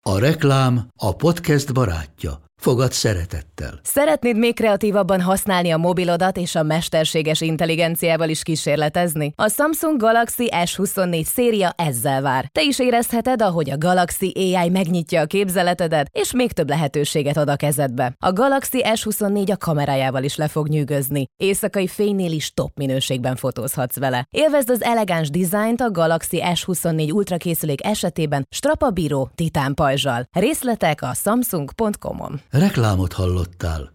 A reklám a podcast barátja. Fogad szeretettel. Szeretnéd még kreatívabban használni a mobilodat és a mesterséges intelligenciával is kísérletezni? A Samsung Galaxy S24 széria ezzel vár. Te is érezheted, ahogy a Galaxy AI megnyitja a képzeletedet, és még több lehetőséget ad a kezedbe. A Galaxy S24 a kamerájával is le fog nyűgözni. Éjszakai fénynél is top minőségben fotózhatsz vele. Élvezd az elegáns dizájnt a Galaxy S24 Ultra készülék esetében strapabíró titán pajzsal. Részletek a samsung.com-on. Reklámot hallottál.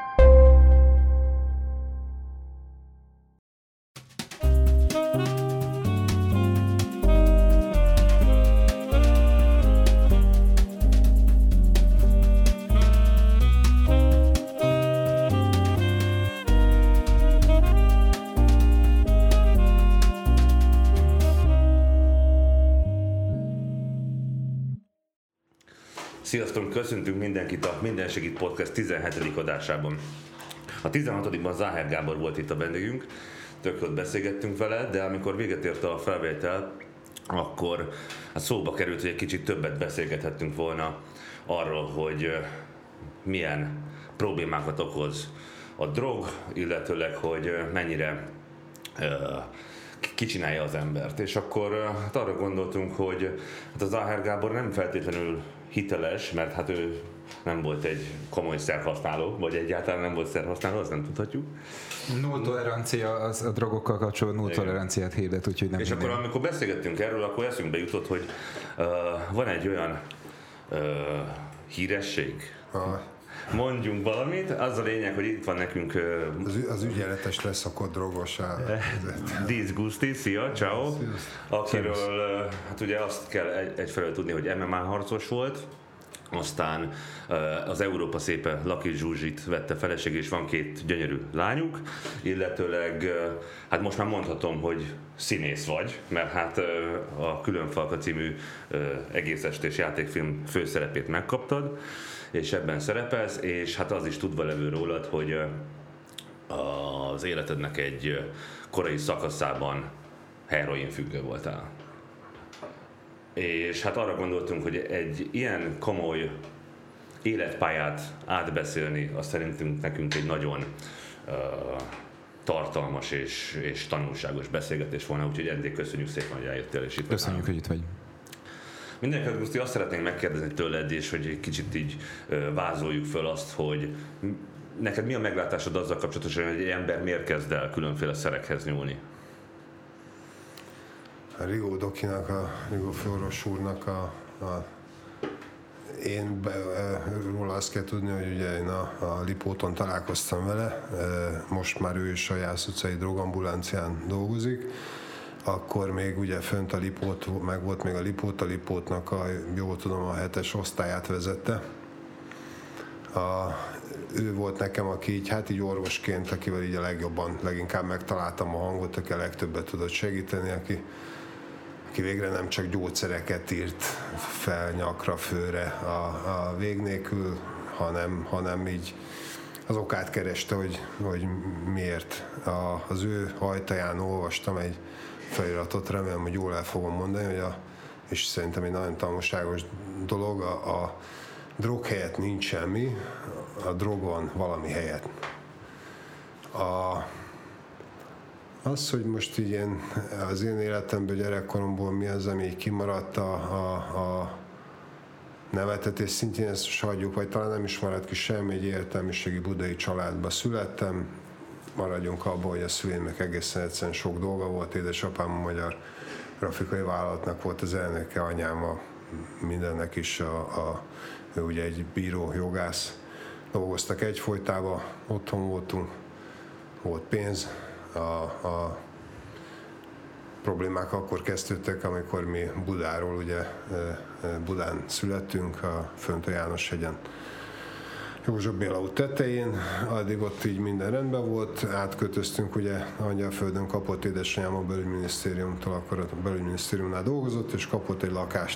Sziasztok! Köszöntünk mindenkit a Minden Segít Podcast 17. adásában. A 16-ban Záher Gábor volt itt a vendégünk, tök jót beszélgettünk vele, de amikor véget ért a felvétel, akkor szóba került, hogy egy kicsit többet beszélgethettünk volna arról, hogy milyen problémákat okoz a drog, illetőleg, hogy mennyire kicsinálja az embert. És akkor arra gondoltunk, hogy a Záher Gábor nem feltétlenül hiteles, mert hát ő nem volt egy komoly szerhasználó, vagy egyáltalán nem volt szerhasználó, azt nem tudhatjuk. Null tolerancia, az a drogokkal kapcsolatban null toleranciát hirdet, úgyhogy nem. És minden. Akkor amikor beszélgettünk erről, akkor eszünkbe jutott, hogy van egy olyan híresség, mondjunk valamit, az a lényeg, hogy itt van nekünk az ügyeletes leszakott drogosá. Diz Gusti, szia, ciao. Akiről hát ugye azt kell egyfelől tudni, hogy MMA harcos volt, aztán az Európa szépe Lucky Zsuzsit vette feleségül, és van 2 gyönyörű lányuk, illetőleg hát most már mondhatom, hogy színész vagy, mert hát a Különfalka című egész estés játékfilm főszerepét megkaptad, és ebben szerepelsz, és hát az is tudva levő rólad, hogy az életednek egy korai szakaszában heroinfüggő voltál. És hát arra gondoltunk, hogy egy ilyen komoly életpályát átbeszélni, azt szerintünk nekünk egy nagyon tartalmas és tanulságos beszélgetés volna, úgyhogy eddig köszönjük szépen, hogy eljöttél és itt vagy. Köszönjük, hogy itt vagy. Mindenki, Guszti, azt szeretnénk megkérdezni tőled, és hogy egy kicsit így vázoljuk föl azt, hogy neked mi a meglátásod azzal kapcsolatosan, hogy egy ember miért kezd el különféle szerekhez nyúlni? A Rigó Dokinak, Rigó Főorvos úrnak róla azt kell tudni, hogy ugye én a Lipóton találkoztam vele, most már ő is a Jász utcai drogambulancián dolgozik. Akkor még ugye fönt a Lipót, meg volt még a Lipótnak jól tudom, a 7-es osztályát vezette. Ő volt nekem, aki így orvosként, akivel így leginkább megtaláltam a hangot, aki a legtöbbet tudott segíteni, aki végre nem csak gyógyszereket írt fel nyakra, főre a vég nélkül, hanem így az okát kereste, hogy miért. Az ő hajtaján olvastam egy feliratot, remélem, hogy jól el fogom mondani, és szerintem egy nagyon tanulságos dolog, a drog helyett nincs semmi, a drog van valami helyett. Az, hogy most így az én életemben, gyerekkoromból mi az, ami kimaradt a nevetetés szintjén, ezt is hagyjuk, vagy talán nem is maradt ki semmi, egy értelmiségi budai családba születtem, maradjunk abban, hogy a szüleimnek egészen egyszerűen sok dolga volt, édesapám a magyar grafikai vállalatnak volt az elnöke, anyám mindennek is, ő ugye egy bíró, jogász, dolgoztak egyfolytában, otthon voltunk, volt pénz, a problémák akkor kezdődtek, amikor mi Budáról, ugye Budán születtünk, fönt a János-hegyen, József Béla út tetején, addig ott így minden rendben volt, átköltöztünk, ugye Angyalföldön kapott édesanyám a belügyminisztériumtól, akkor a belügyminisztériumnál dolgozott, és kapott egy lakást.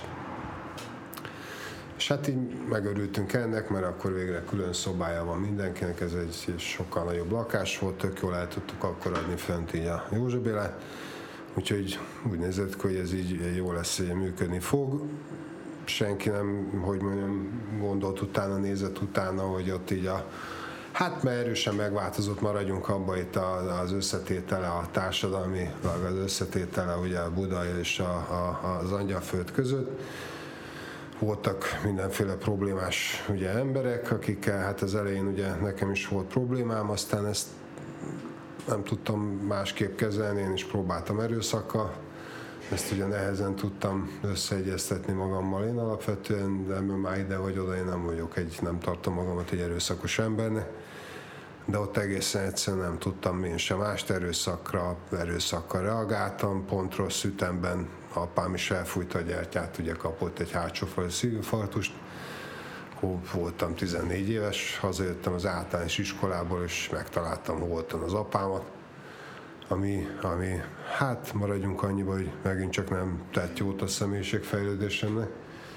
És hát így megörültünk ennek, mert akkor végre külön szobája van mindenkinek, ez egy sokkal nagyobb lakás volt, tök jól el tudtuk akkor adni fönt így a József Bélát. Úgyhogy úgy nézett ki, hogy ez így jó lesz, hogy működni fog. senki nem, hogy mondjam, gondolt utána, nézett utána, hogy ott így hát mert erősen megváltozott, maradjunk abba itt az összetétele, a társadalmi, az összetétele ugye a Buda és az Angyalföld között. Voltak mindenféle problémás ugye emberek, akikkel hát az elején ugye nekem is volt problémám, aztán ezt nem tudtam másképp kezelni, én is próbáltam erőszakkal. Ezt ugye nehezen tudtam összeegyeztetni magammal. Én alapvetően már ide vagy oda, én nem tartom magamat egy erőszakos embernek, de ott egészen egyszerűen nem tudtam én sem mást, erőszakkal reagáltam, pont rossz ütemben apám is elfújta a gyertyát, ugye kapott egy hátsófalu szívinfarktust. Voltam 14 éves, hazajöttem az általános iskolából, és megtaláltam holtan az apámat, ami hát maradjunk annyiba, hogy megint csak nem tett jót a személyiségfejlődésemnek.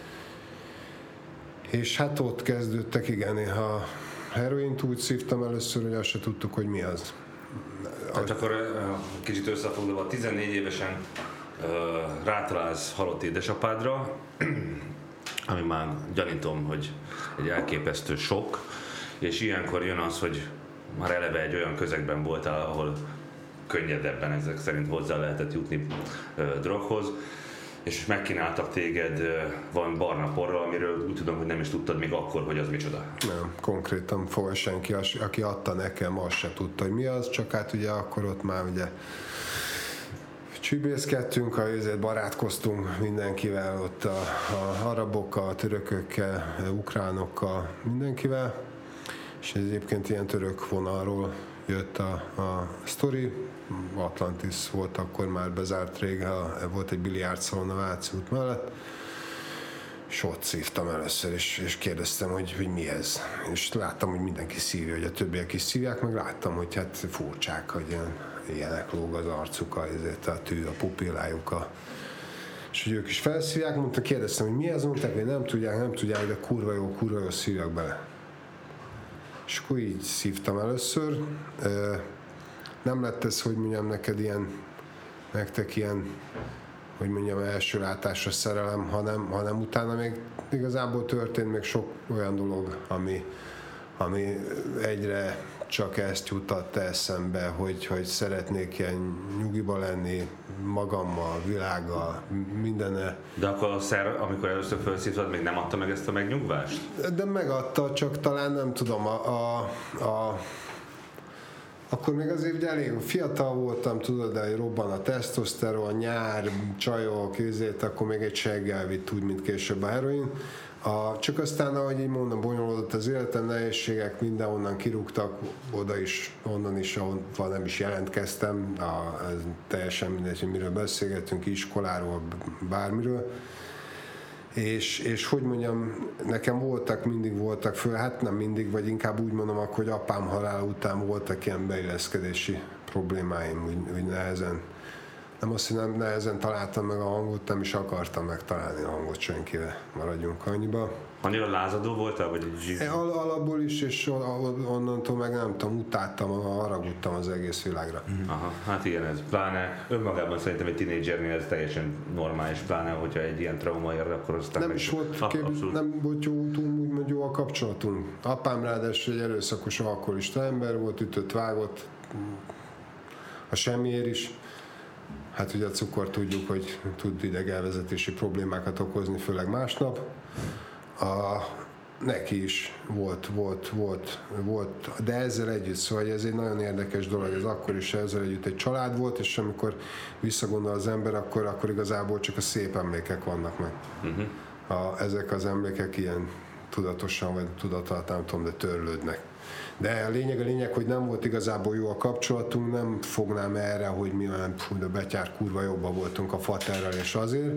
És hát ott kezdődtek, igen, én a heroint úgy szívtam először, hogy azt se tudtuk, hogy mi az. Tehát akkor kicsit összefoglalva, 14 évesen rátalálsz halott édesapádra, ami már gyanítom, hogy egy elképesztő sok, és ilyenkor jön az, hogy már eleve egy olyan közegben voltál, ahol könnyedebben ezek szerint hozzá lehetett jutni droghoz, és megkínáltak téged van barna porral, amiről úgy tudom, hogy nem is tudtad még akkor, hogy az micsoda. Nem, konkrétan senki, aki adta nekem, azt se tudta, hogy mi az, csak hát ugye akkor ott már ugye csibészkedtünk, barátkoztunk mindenkivel, ott a arabokkal, a törökökkel, ukránokkal, mindenkivel, és egyébként ilyen török vonalról jött a sztori. Atlantis volt akkor már bezárt régen, volt egy biliárdszalon a Váci út mellett, és ott szívtam először, és kérdeztem, hogy mi ez. És láttam, hogy mindenki szívja, hogy a többiek is szívják, meg láttam, hogy hát furcsák, hogy ilyenek lóg az arcuka, ezért a tű, a pupillájuk, és hogy ők is felszívják, kérdeztem, hogy mi ez, mondták, hogy nem tudják, de kurva jó szívják bele. És akkor így szívtam először. Nem lett ez, hogy mondjam, nektek ilyen, hogy mondjam, első látásra szerelem, hanem utána még igazából történt még sok olyan dolog, ami egyre csak ezt jutatta eszembe, hogy szeretnék ilyen nyugiba lenni, magammal, világgal, mindenne. De akkor amikor először felszívtad, még nem adta meg ezt a megnyugvást? De megadta, csak talán nem tudom, akkor még azért ugye elég fiatal voltam, tudod, de robban a tesztoszteron, nyár, csajok, ezért akkor még egy seggel vitt úgy, mint később a heroin. Csak aztán, ahogy így mondom, bonyolódott az életem, nehézségek mindenhonnan kirúgtak, oda is, onnan is, ahol nem is jelentkeztem, ez teljesen mindegy, hogy miről beszélgetünk, iskoláról, bármiről. És hogy mondjam, nekem mindig voltak hát nem mindig, vagy inkább úgy mondom, hogy apám halála után voltak ilyen beilleszkedési problémáim, úgy nehezen. Nem azt, hogy nem nehezen találtam meg a hangot, nem is akartam megtalálni a hangot senkivel. Maradjunk annyiba. Annyira lázadó voltál, vagy alapból is, és onnantól meg nem tudom, utáltam, haragudtam az egész világra. Aha, hát igen, ez pláne önmagában szerintem egy tinédzsernél ez teljesen normális, pláne, hogyha egy ilyen trauma ér, akkor aztán nem is volt, nem volt úgymond jó a kapcsolatunk. Apám ráadásul egy erőszakos alkoholista ember volt, ütött, vágott, a semmiért is. Hát ugye a cukor tudjuk, hogy tud idegelvezetési problémákat okozni, főleg másnap. Neki is volt, de ezzel együtt, szóval ez egy nagyon érdekes dolog, ez akkor is ezzel együtt egy család volt, és amikor visszagondol az ember, akkor igazából csak a szép emlékek vannak meg. Ezek az emlékek ilyen tudatosan vagy tudatlanul, nem tudom, de törlődnek. De a lényeg, hogy nem volt igazából jó a kapcsolatunk, nem fognám erre, hogy mi olyan de betyár kurva jobban voltunk a faterrel és azért,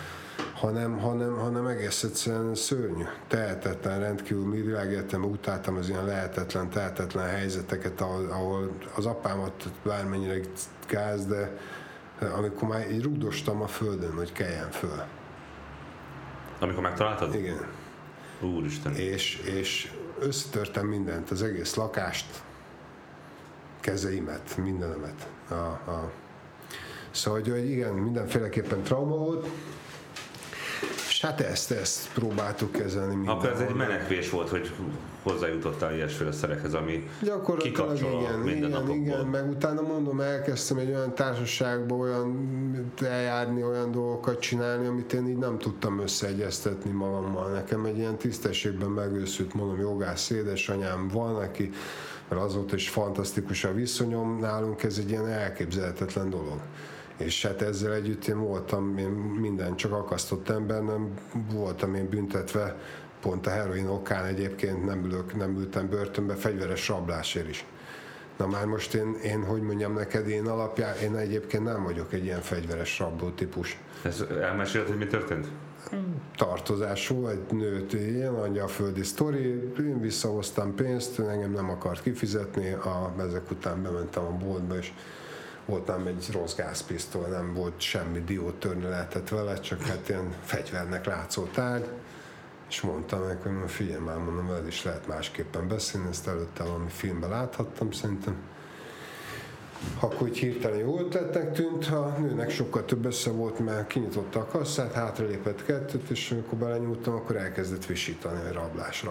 hanem egész egyszerűen szörnyű, tehetetlen, rendkívül világértelemben utáltam az ilyen lehetetlen, tehetetlen helyzeteket, ahol az apámat bármennyire gáz, de amikor már így rugdostam a földön, hogy keljen föl. Amikor megtaláltad? Igen. Úristen. És összetörtem mindent, az egész lakást, kezeimet, mindenemet. Szóval, hogy igen, mindenféleképpen trauma volt. És hát ezt próbáltuk kezelni mindenhol. Akkor ez egy menekvés volt, hogy hozzájutottál ilyesféle szerekhez, ami kikapcsol a mindennapokból. Igen, meg utána mondom, elkezdtem egy olyan társaságba eljárni, olyan dolgokat csinálni, amit én így nem tudtam összeegyeztetni magammal. Nekem egy ilyen tisztességben megőszült, mondom, jogász édesanyám van neki, mert azóta is fantasztikus a viszonyom, nálunk ez egy ilyen elképzelhetetlen dolog. És hát ezzel együtt én voltam, én minden csak akasztott ember, nem voltam én büntetve, pont a heroin okán egyébként nem ültem börtönbe, fegyveres rablásért is. Na már most én hogy mondjam neked, én egyébként nem vagyok egy ilyen fegyveres rabló típus. Ez elmeséled, hogy mi történt? Tartozású, egy nőt ilyen, angyalföldi sztori, én visszahoztam pénzt, engem nem akart kifizetni, ezek után bementem a boltba, és volt nem egy rossz gázpisztoly, nem volt semmi, diót törni lehetett vele, csak hát ilyen fegyvernek látszó tárgy, és mondtam meg, hogy figyelj már, mondom, veled is lehet másképpen beszélni, ezt előtte valami filmben láthattam szerintem. Akkor így hirtelen jó ötletnek tűnt, a nőnek sokkal több össze volt, mert kinyitotta a kasszát, hátralépett kettőt, és amikor belenyúltam, akkor elkezdett visítani, hogy rablás.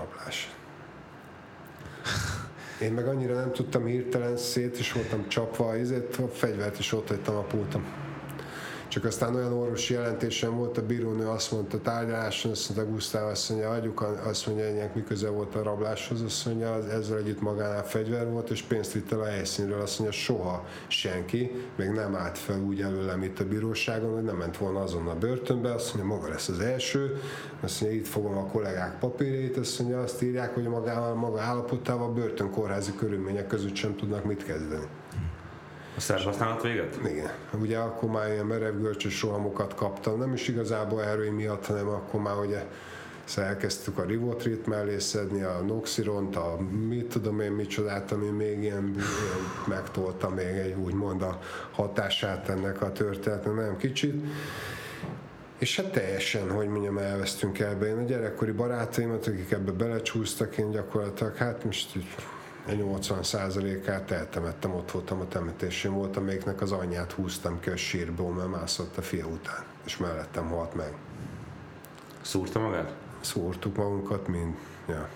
Én meg annyira nem tudtam, hirtelen szét is voltam csapva, a fegyvert is ott hagytam a pultom. Csak aztán olyan orvosi jelentésem volt, a bírónő azt mondta tárgyaláson, azt mondta Gusztáv, azt mondja, adjuk, azt mondja, ennek mi köze volt a rabláshoz, azt mondja, ezzel együtt magánál fegyver volt, és pénzt vitt el a helyszínről, azt mondja, soha senki, még nem állt fel úgy előlem itt a bíróságon, hogy nem ment volna azonnal börtönbe, azt mondja, maga lesz az első, azt mondja, itt fogom a kollégák papírjait, azt mondja, azt írják, hogy maga állapotával börtönkórházi körülmények között sem tudnak mit kezdeni. A szervhasználat véget? Igen. Ugye akkor már ilyen merevgörcsös rohamokat kaptam, nem is igazából heroin miatt, hanem akkor már ugye elkezdtük a Rivotrit mellé szedni, a Noxiront, a mit tudom én micsodát, ami még ilyen megtolta még egy úgymond a hatását ennek a történetnek, nem kicsit. És hát teljesen, hogy mondjam, elvesztünk elbe. Én a gyerekkori barátaimat, akik ebbe belecsúsztak, én gyakorlatilag, hát most így 80%-át eltemettem, ott voltam a temetésén, volt, amelyiknek az anyját húztam ki a sírból, mert mászott a fia után, és mellettem halt meg. Szúrta magát? Szúrtuk magunkat mind, ja.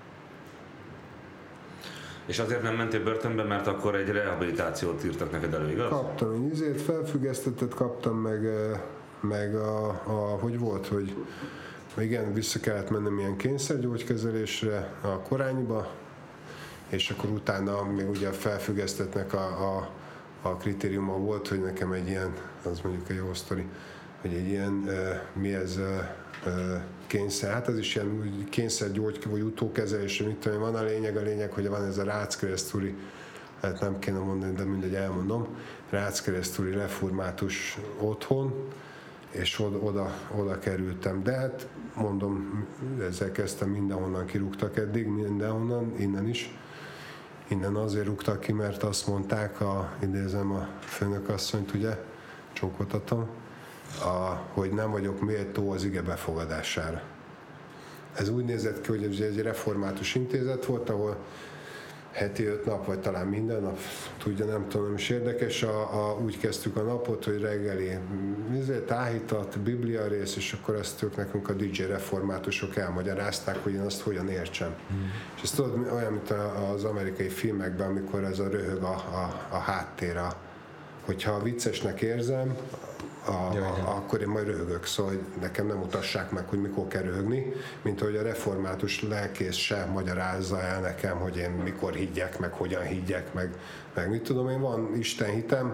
És azért nem mentél börtönbe, mert akkor egy rehabilitációt írtak neked elő, igaz? Kaptam egy felfüggesztettet kaptam, meg hogy volt, hogy igen, vissza kellett mennem ilyen kényszergyógykezelésre a Korányiba, és akkor utána még ugye felfüggesztetnek a kritériuma volt, hogy nekem egy ilyen, az mondjuk egy jó sztori, hogy egy ilyen, mi ez kényszer, hát ez is ilyen kényszergyógy vagy utókezelés, mit tudom, van a lényeg, hogy van ez a Rácz-keresztúri, hát nem kéne mondani, de mindegy elmondom, Rácz-keresztúri református otthon, és oda kerültem, de hát mondom, ezzel kezdtem, mindenhonnan kirúgtak eddig, mindenhonnan, innen is. Innen azért rúgtak ki, mert azt mondták, idézem a főnökasszonyt, ugye, csókoltatom, hogy nem vagyok méltó az ige befogadására. Ez úgy nézett ki, hogy ez egy református intézet volt, ahol heti 5 nap, vagy talán minden nap, tudja, nem tudom, nem is érdekes, úgy kezdtük a napot, hogy reggeli táhítat, biblia rész, és akkor ezt ők nekünk a DJ reformátusok elmagyarázták, hogy én azt hogyan értsem. És ez tudod, olyan, mint az amerikai filmekben, amikor ez a röhög a háttér, hogyha viccesnek érzem, akkor én majd röhögök, szóval nekem nem mutassák meg, hogy mikor kell röhögni, mint hogy a református lelkész se magyarázza el nekem, hogy én mikor higgyek, meg hogyan higgyek, meg mit tudom én, van Isten hitem,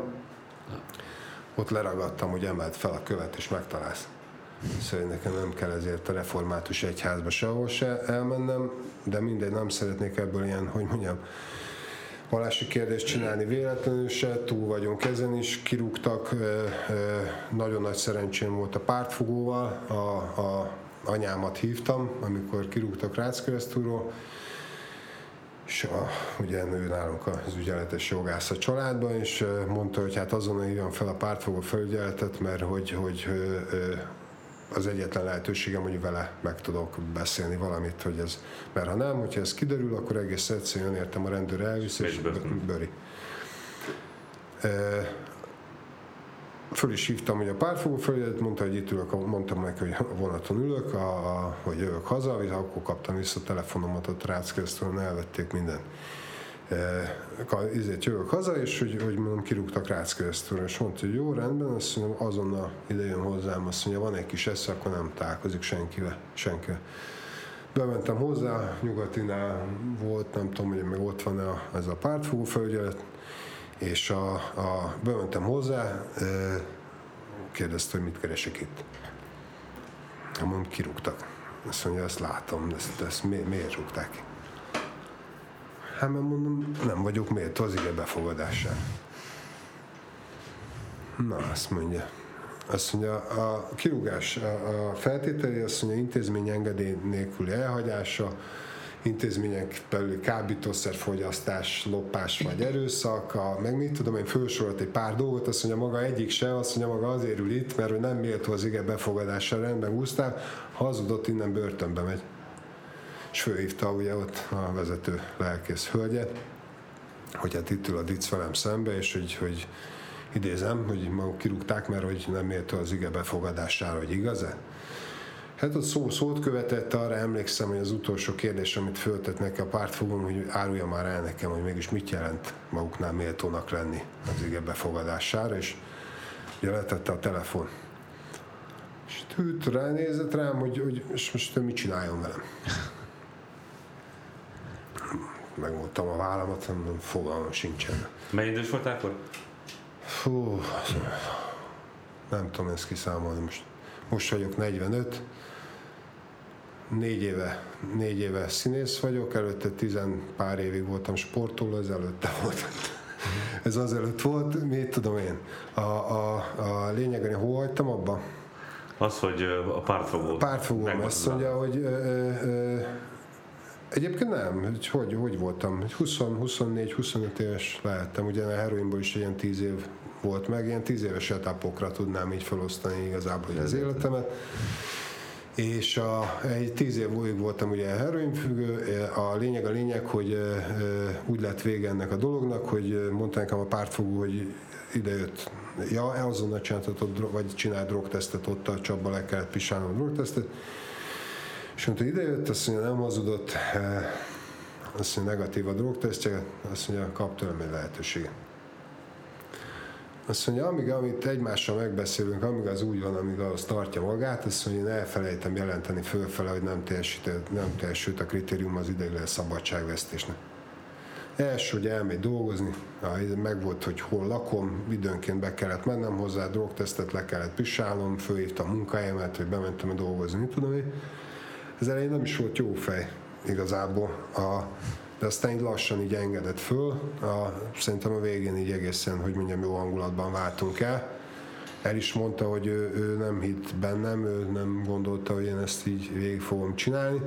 ott leragadtam, hogy emeld fel a követ és megtalálsz. Szóval nekem nem kell ezért a református egyházba sehol se elmennem, de mindegy, nem szeretnék ebből ilyen, hogy mondjam, vallási kérdést csinálni véletlenül se, túl vagyunk ezen is, kirúgtak, nagyon nagy szerencsém volt a pártfogóval, a anyámat hívtam, amikor kirúgtak Rácz-keresztúról, és ugye ő nálunk az ügyeletes jogász a családban, és mondta, hogy hát azonnal hívjam fel a pártfogó felügyeletet, mert hogy az egyetlen lehetőségem, hogy vele meg tudok beszélni valamit, hogy ez, mert ha nem, hogyha ez kiderül, akkor egész egyszerűen értem, a rendőr elvisz, és böri. föl is hívtam, hogy a pártfogó felügyelet, mondta, hogy itt ülök, mondtam neki, hogy a vonaton ülök, hogy jövök haza, akkor kaptam vissza a telefonomat, ott Ráckeresztúron elvették mindent. Ezért jövök haza, és hogy mondom, kirúgtak Ráckeresztúron, és mondta, hogy jó, rendben, azt mondom, azonnal ide jön hozzám, azt mondja, van egy kis esze, akkor nem találkozik senkivel. Bementem hozzá, Nyugatinál volt, nem tudom, hogy még ott van ez a pártfogó felügyelet, és bementem hozzá, kérdezte, hogy mit keresek itt. Mondom, kirúgtak. Azt mondja, ezt látom, ezt miért rúgták ki? Hát mert mondom, nem vagyok méltó az ige befogadására. Na, azt mondja, a kirúgás a feltételé, azt mondja, intézmény engedély nélküli elhagyása, intézmények belüli kábítószerfogyasztás, lopás vagy erőszak, meg mit tudom én, felsorolt egy pár dolgot, azt mondja, maga egyik sem, azt mondja, maga azért ül itt, mert hogy nem méltó az ige befogadására, rendben húztál, hazudott, innen börtönbe megy. És fölhívta ugye ott a vezető lelkész hölgyet, hogy hát itt ül a Dic velem szembe, és hogy idézem, hogy maguk kirúgták, mert hogy nem méltó az ige befogadására, hogy igaz-e? Hát ott szót követett, arra emlékszem, hogy az utolsó kérdés, amit föltett neki a pártfogón, hogy árulja már el nekem, hogy mégis mit jelent maguknál méltónak lenni az ige befogadására, és ugye letette a telefon. És ránézett rám, hogy most mit csináljon velem. Megmondtam a vállamat, fogalmam sincsen. Mennyi idős voltál akkor? Fú, nem tudom ezt kiszámolni most vagyok 45, 4 éve színész vagyok, előtte 10 pár évig voltam sportoló, ez előtte volt. Ez azelőtt volt, mit tudom én. A lényegen, hol hagytam abba? Az, hogy a pártfogó. Pártfogóm, azt mondja, hogy egyébként nem, hogy voltam, 24-25 éves lehettem, ugye a heroinból is ilyen 10 év volt meg, ilyen 10 éves etapokra tudnám így felosztani igazából az életemet. És egy 10 év voltam ugye heroinfüggő, a lényeg, hogy úgy lett vége ennek a dolognak, hogy mondta nekem a pártfogó, hogy idejött, ja, azonnal csinált drogtesztet, ott a csapba le kellett pisálnom a drogtesztet, és mondta, idejött, azt mondja, nem hazudott, azt mondja, negatív a drogtesztje, azt mondja, kap tőlem egy lehetőséget. Azt mondja, amit egymással megbeszélünk, amíg az úgy van, amíg az tartja magát, azt mondja, én elfelejtem jelenteni fölfele, hogy nem teljesült a kritérium az ideiglenes szabadságvesztésnek. Első, hogy elmegy dolgozni, meg volt, hogy hol lakom, időnként be kellett mennem hozzá, drogtesztet le kellett pisálnom, fölhívtam a munkahelyemet, hogy bementem dolgozni, mit tudom én. Ez elején nem is volt jó fej igazából, de aztán így lassan így engedett föl, szerintem a végén így egészen, hogy mondjam, jó hangulatban váltunk el. El is mondta, hogy ő nem hitt bennem, ő nem gondolta, hogy én ezt így végig fogom csinálni.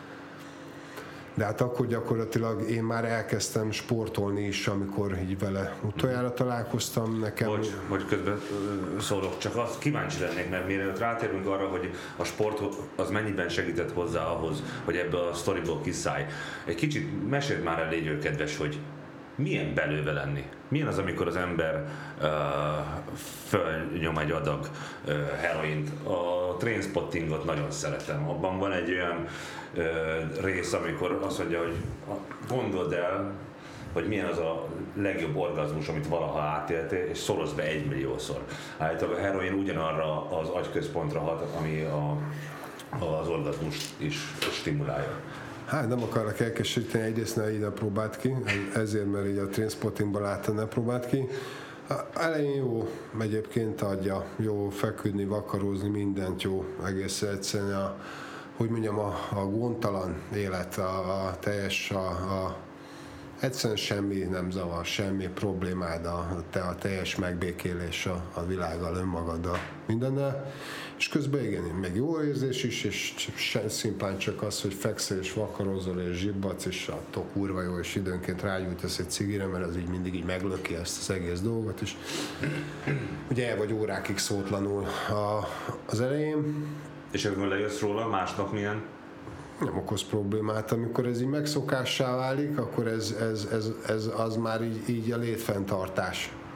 De hát akkor gyakorlatilag én már elkezdtem sportolni is, amikor így vele utoljára találkoztam nekem. Hogy közben szólok, csak azt kíváncsi lennék, mert mielőtt rátérünk arra, hogy a sport az mennyiben segített hozzá ahhoz, hogy ebből a sztoriból kiszállj. Egy kicsit meséld már el, légy kedves, hogy milyen belőle lenni? Milyen az, amikor az ember fölnyom egy adag heroint? A Trainspottingot nagyon szeretem. Abban van egy olyan rész, amikor azt mondja, hogy gondold el, hogy milyen az a legjobb orgazmus, amit valaha átéltél, és szorozz be 1 milliószor. Általában a heroin ugyanarra az agyközpontra hat, ami az orgazmust is stimulálja. Hát nem akarok elkeseríteni, egyrészt ne próbált ki, ezért, mert így a Trainspottingban láttam, ne próbált ki. Elején jó, egyébként adja, jó feküdni, vakarózni, mindent jó, egész egyszerűen hogy mondjam, a gondtalan élet, a teljes, egyszerűen semmi nem zavar, semmi problémád, a teljes megbékélés a világgal, önmagaddal, mindennel. És közben igen, meg jó érzés is, és szimplán csak az, hogy fekszel és vakarózol és zsibbatsz, és attól kurva jó, és időnként rágyújtasz egy cigire, mert az így mindig így meglöki ezt az egész dolgot, és ugye el vagy órákig szótlanul az elején. És amikor lejössz róla, másnap milyen? Nem okoz problémát. Amikor ez így megszokássá válik, akkor ez az már így a létfenntartás.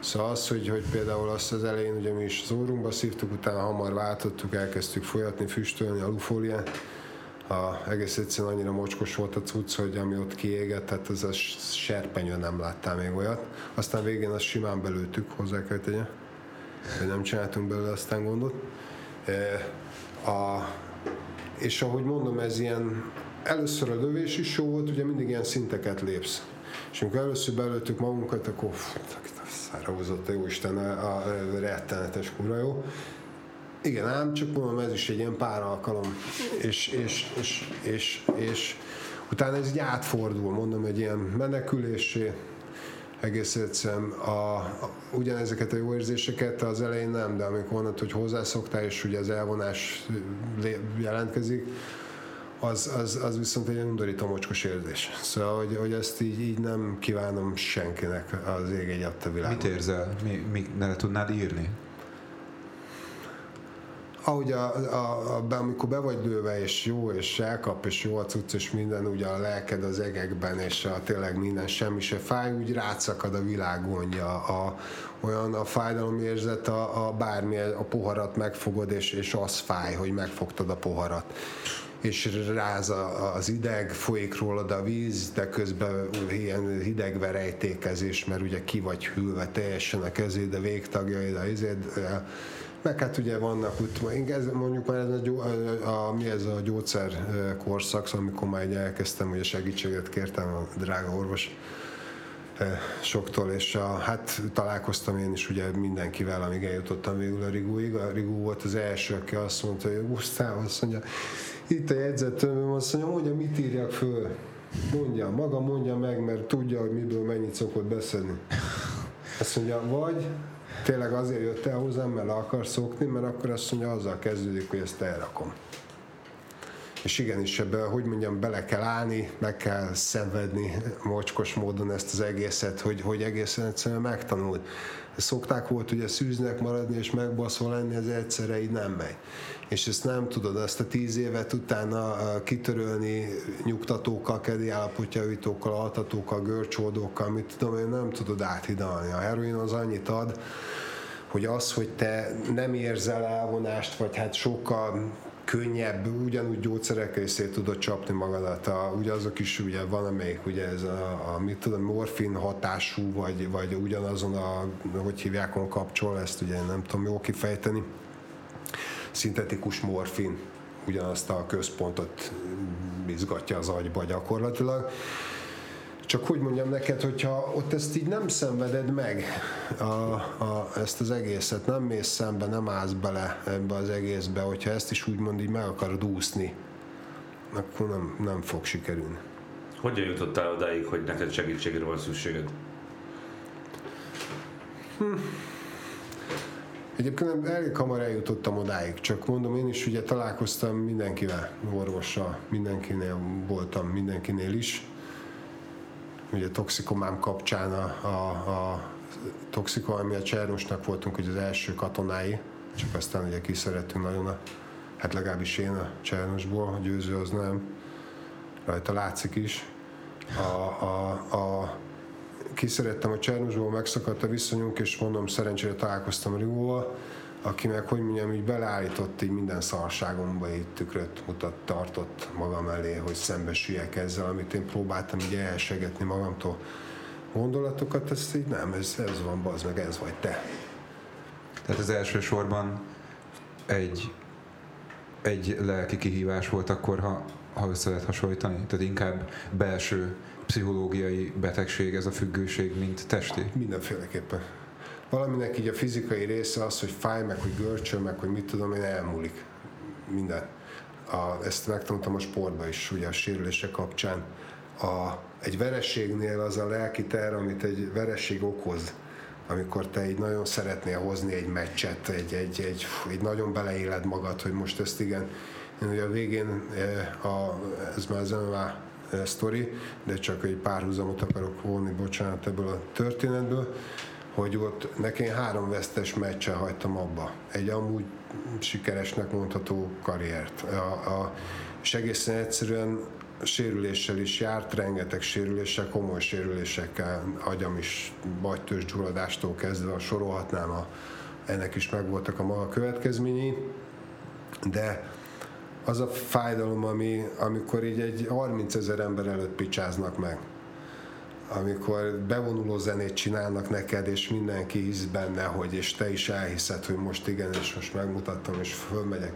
Szóval az, hogy például azt az elején ugye mi is az orrunkba szívtuk, utána hamar váltottuk, elkezdtük folyatni, füstölni a lufólián. Egész egyszerűen annyira mocskos volt a cucc, hogy ami ott kiégett, tehát az a serpenyő, nem láttál még olyat. Aztán végén azt simán belőttük, hozzá kell tegye, hogy nem csináltunk belőle aztán gondot. És ahogy mondom, ez ilyen, először a lövés is jó volt, ugye mindig ilyen szinteket lépsz. És amikor először belőttük magunkat, akkor szára húzott a jóisten, a rettenetes kurva jó. Igen, ám csak mondom, ez is egy ilyen pár alkalom, és utána ez így átfordul, mondom, egy ilyen menekülésé, egész egyszerűen ugyanezeket a jó érzéseket az elején nem, de amikor mondod, hogy hozzászoktál, és ugye az elvonás jelentkezik, az viszont egy undorító mocskos érzés. Szóval, hogy ezt így nem kívánom senkinek az ég egy adta világon. Mit érzel? Mi ne tudnád írni? Ahogy amikor be vagy lőve, és jó, és elkap, és jó a cucc, és minden, ugye a lelked az egekben, és tényleg minden, semmi se fáj, úgy rátszakad a világ gondja, olyan a fájdalomérzet, bármi, a poharat megfogod, és az fáj, hogy megfogtad a poharat. És ráz az ideg, folyik rólad a víz, de közben ilyen hideg verejtékezés, mert ugye ki vagy hűlve teljesen a kezéd, de végtagjaid, meg hát ugye vannak mondjuk már ez a gyógyszer korszak, amikor már elkezdtem, ugye segítséget kértem a drága orvos soktól, és hát találkoztam én is ugye mindenkivel, amíg eljutottam végül a Rigóig. A Rigó volt az első, aki azt mondta, hogy Gusztáv, azt mondja, itt a jegyzettömböm, azt mondja, mit írjak föl? Maga mondja meg, mert tudja, hogy miből mennyit szokott beszedni. Azt mondja, vagy tényleg azért jött el hozzám, mert le akar szokni, mert akkor azt mondja, azzal kezdődik, hogy ezt elrakom. És igenis ebben, hogy mondjam, bele kell állni, meg kell szenvedni mocskos módon ezt az egészet, hogy egészen egyszerűen megtanult. Szokták volt ugye szűznek maradni és megbaszva lenni, ez egyszerre így nem megy. És ezt nem tudod, azt a 10 évet utána kitörölni nyugtatókkal, kedi állapotjavítókkal, altatókkal, görcsoldókkal, mit tudom én, nem tudod áthidalni. A heroin az annyit ad, hogy az, hogy te nem érzel elvonást, vagy hát sokkal könnyebb, ugyanúgy gyógyszerekkel is szét tudod csapni magadat. Ugye azok is, ugye van amelyik, ugye ez mit tudom, morfin hatású, vagy ugyanazon hogy hívják, kapcsol, ezt ugye nem tudom jól kifejteni. Szintetikus morfin, ugyanazt a központot izgatja az agyba gyakorlatilag. Csak hogy mondjam neked, hogyha ott ezt így nem szenveded meg, ezt az egészet, nem mész szembe, nem állsz bele ebbe az egészbe, hogyha ezt is úgymond így meg akarod úszni, akkor nem fog sikerülni. Hogyan jutottál odáig, hogy neked segítségre van szükséged? Egyébként elég hamar eljutottam odáig, csak mondom, én is ugye találkoztam mindenkivel, orvossal, mindenkinél voltam, mindenkinél is. Ugye toxikomám kapcsán a toxikomám, a Csernusnak voltunk ugye az első katonái, csak aztán ugye kiszerettünk nagyon, hát legalábbis én a Csernusból, a Győző az nem, rajta látszik is. Kiszerettem a Csernusból, megszakadt a viszonyunk, és mondom, szerencsére találkoztam Rigóval, aki meg, hogy mondjam, így beleállított így minden szarságomba, így tükröt tartott magam elé, hogy szembesüljek ezzel, amit én próbáltam így elsegetni magamtól gondolatokat, ezt így nem, ez van, bazd meg, ez vagy te. Tehát az elsősorban egy lelki kihívás volt akkor, ha össze lehet hasonlítani? Tehát inkább belső pszichológiai betegség ez a függőség, mint testi? Mindenféleképpen. Valaminek így a fizikai része az, hogy fáj, meg hogy görcsöl, meg hogy mit tudom én, elmúlik. Minden. Ezt megtanultam a sportban is, ugye a sérülések kapcsán. Egy vereségnél az a lelki teher, amit egy vereség okoz, amikor te így nagyon szeretnél hozni egy meccset, egy nagyon beleéled magad, hogy most ezt igen. Én ugye a végén, ez már az MMA sztori, de csak egy párhuzamot akarok vonni, bocsánat, ebből a történetből, hogy ott nekem 3 vesztes meccsen hagytam abba. Egy amúgy sikeresnek mondható karriert. és egészen egyszerűen sérüléssel is járt, rengeteg sérüléssel, komoly sérülésekkel, agyam is, agytőzsgyulladástól kezdve sorolhatnám, ennek is megvoltak a maga következményei, de az a fájdalom, amikor így egy 30 000 ember előtt picsáznak meg, amikor bevonuló zenét csinálnak neked, és mindenki hisz benne, hogy és te is elhiszed, hogy most igen, és most megmutattam, és fölmegyek,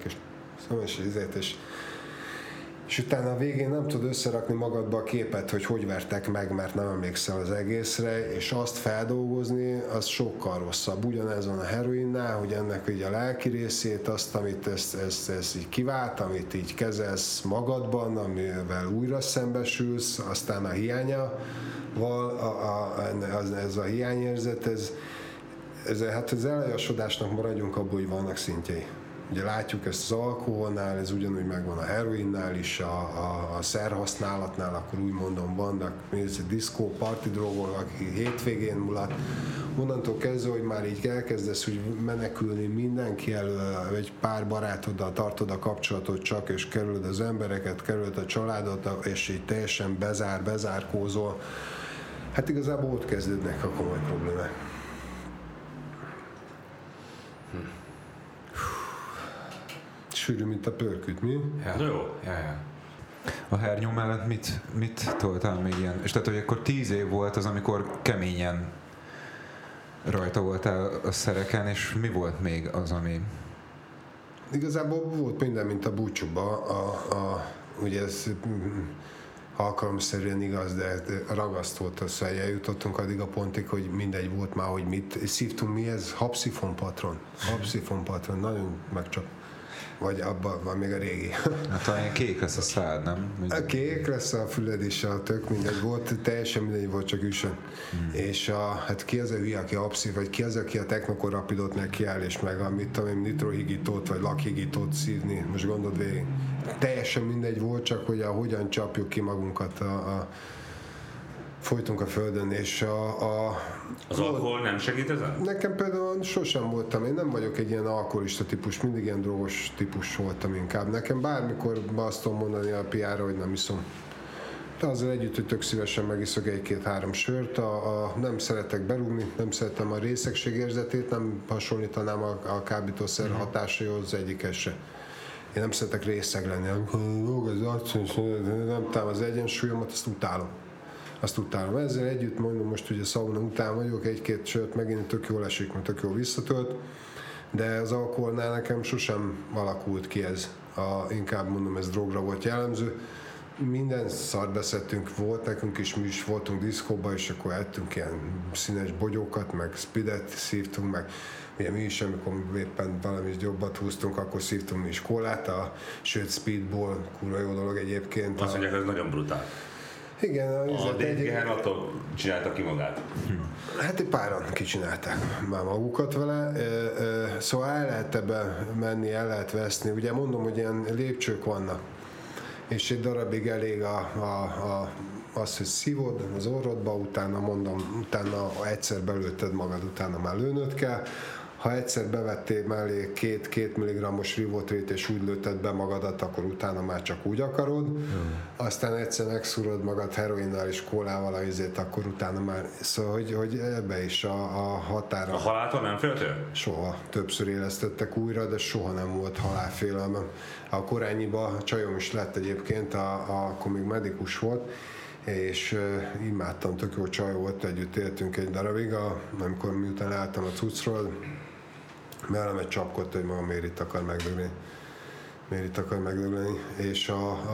és utána a végén nem tudod összerakni magadba a képet, hogy vertek meg, mert nem emlékszel az egészre, és azt feldolgozni, az sokkal rosszabb. Ugyanez van a heroinnál, hogy ennek így a lelki részét, azt, amit ezt így kivált, amit így kezelsz magadban, amivel újra szembesülsz, aztán a hiányával, ez a hiányérzet, hát az elhajasodásnak maradjunk abból, hogy vannak szintjei. Ugye látjuk ezt az alkoholnál, ez ugyanúgy megvan a heroinnál is, a szerhasználatnál, akkor úgy mondom, vannak diszkó, parti drogok, aki hétvégén mulat. Onnantól kezdve, hogy már így elkezdesz úgy menekülni mindenki elől, egy pár barátoddal tartod a kapcsolatot csak, és kerülöd az embereket, kerülöd a családot, és így teljesen bezárkózol. Hát igazából ott kezdődnek a komoly problémák. Sűrű, mint a pörküt, mi? Ja. Jó. Ja. A hernyó mellett mit toltál még ilyen? És tehát, hogy akkor 10 év volt az, amikor keményen rajta voltál a szereken, és mi volt még az, ami... Igazából volt minden, mint a búcsúba. Ugye ez alkalomszerűen igaz, de ragasztott az, hogy eljutottunk addig a pontig, hogy mindegy volt már, hogy mit szívtunk. Mi ez? Habszifon patron, nagyon megcsap. Vagy abban van még a régi. Hát talán kék lesz a szád, nem? A kék lesz a füled is, a tök mindegy volt, teljesen mindegy volt, csak üsön. És hát ki az a hülye, aki abszív, vagy ki az, aki a technokorapidot nekiáll, és meg a nitrohigitót, vagy lakhigitót szívni, most gondold végig. Teljesen mindegy volt, csak hogy hogyan csapjuk ki magunkat folytunk a földön, és az alkohol nem segít ezen? Nekem például sosem voltam, én nem vagyok egy ilyen alkoholista típus, mindig ilyen drogos típus voltam inkább. Nekem bármikor azt tudom mondani a PR-ra, hogy nem iszom. De azzal együtt, hogy tök szívesen megiszok 1-2-3 sört, nem szeretek berúgni, nem szeretem a részegség érzetét, nem hasonlítanám a kábítószer hatásaihoz egyikhez se. Én nem szeretek részeg lenni, nem tudom az egyensúlyomat, azt utálom. Ezzel együtt mondom, most ugye szauna után vagyok, 1-2 sört megint tök jól esik, mert tök jól visszatölt, de az alkoholnál nekem sosem alakult ki ez. Inkább mondom, ez drogra volt jellemző. Minden szart beszéltünk, volt nekünk is, mi is voltunk diszkóba, és akkor ettünk ilyen színes bogyókat, meg speedet szívtunk, meg ugye mi is, amikor éppen valami jobbat húztunk, akkor szívtunk mi is kólát, sőt speedból, kurva jó dolog egyébként. Azt mondják, ez nagyon brutál. Igen, a DGH attól csinálta ki magát. Hát egy páran kicsinálták már magukat vele, szóval el lehet ebbe menni, el lehet veszni. Ugye mondom, hogy ilyen lépcsők vannak, és egy darabig elég az, hogy szívod az orrodba, utána egyszer belőtted magad, utána már lőnöd kell. Ha egyszer bevettél mellé 2 mg-os rivotrét és úgy lőtted be magadat, akkor utána már csak úgy akarod. Aztán egyszer megszúrod magad heroinnal és kólával akkor utána már, szóval, hogy ebbe is a határa. A haláltól nem féltél? Soha. Többször élesztettek újra, de soha nem volt halálfélelmem. A Korányiba csajom is lett egyébként, akkor még medikus volt, és imádtam, tök jó csaj volt, együtt éltünk egy darabig, amikor miután álltam a cuccról, velem egy csapkodt, hogy maga miért itt akar megdögleni, és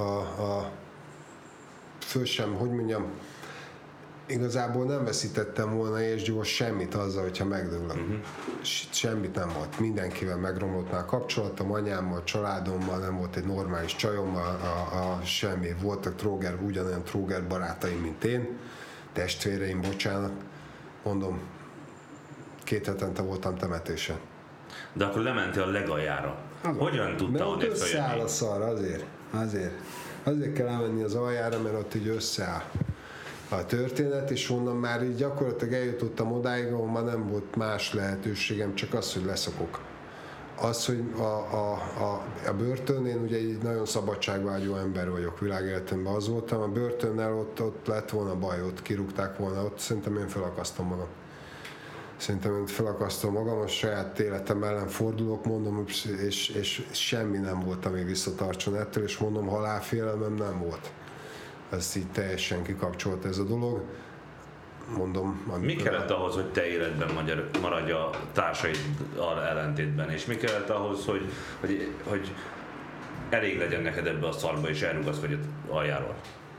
föl sem, hogy mondjam, igazából nem veszítettem volna és gyors semmit azzal, hogyha megdöglök. Semmit nem volt. Mindenkivel megromlott már kapcsolatom, anyámmal, családommal, nem volt egy normális csajommal, semmi. Voltak ugyanolyan tróger barátaim, mint én, testvéreim, bocsánat. Mondom, 2 hetente voltam temetésen. De akkor lementél a legaljára. Hogyan tudta ott összeáll a szar, azért kell elmenni az aljára, mert ott így összeáll a történet, és onnan már így gyakorlatilag eljutottam odáig, ahol már nem volt más lehetőségem, csak az, hogy leszokok. az, hogy a börtön, én ugye egy nagyon szabadságvágyó ember vagyok világéletemben, az voltam, a börtönnel ott lett volna baj, ott kirúgták volna, ott szerintem én felakasztom magam. A saját életem ellen fordulok, mondom, és semmi nem volt, ami visszatartson ettől, és mondom, halálfélelmem nem volt. Ez így teljesen kikapcsolt ez a dolog. Mondom, mi kellett ahhoz, hogy te életben maradj a társaid ellentétben, és mi kellett ahhoz, hogy elég legyen neked ebbe a szarba, és elrugaszkodj aljáról?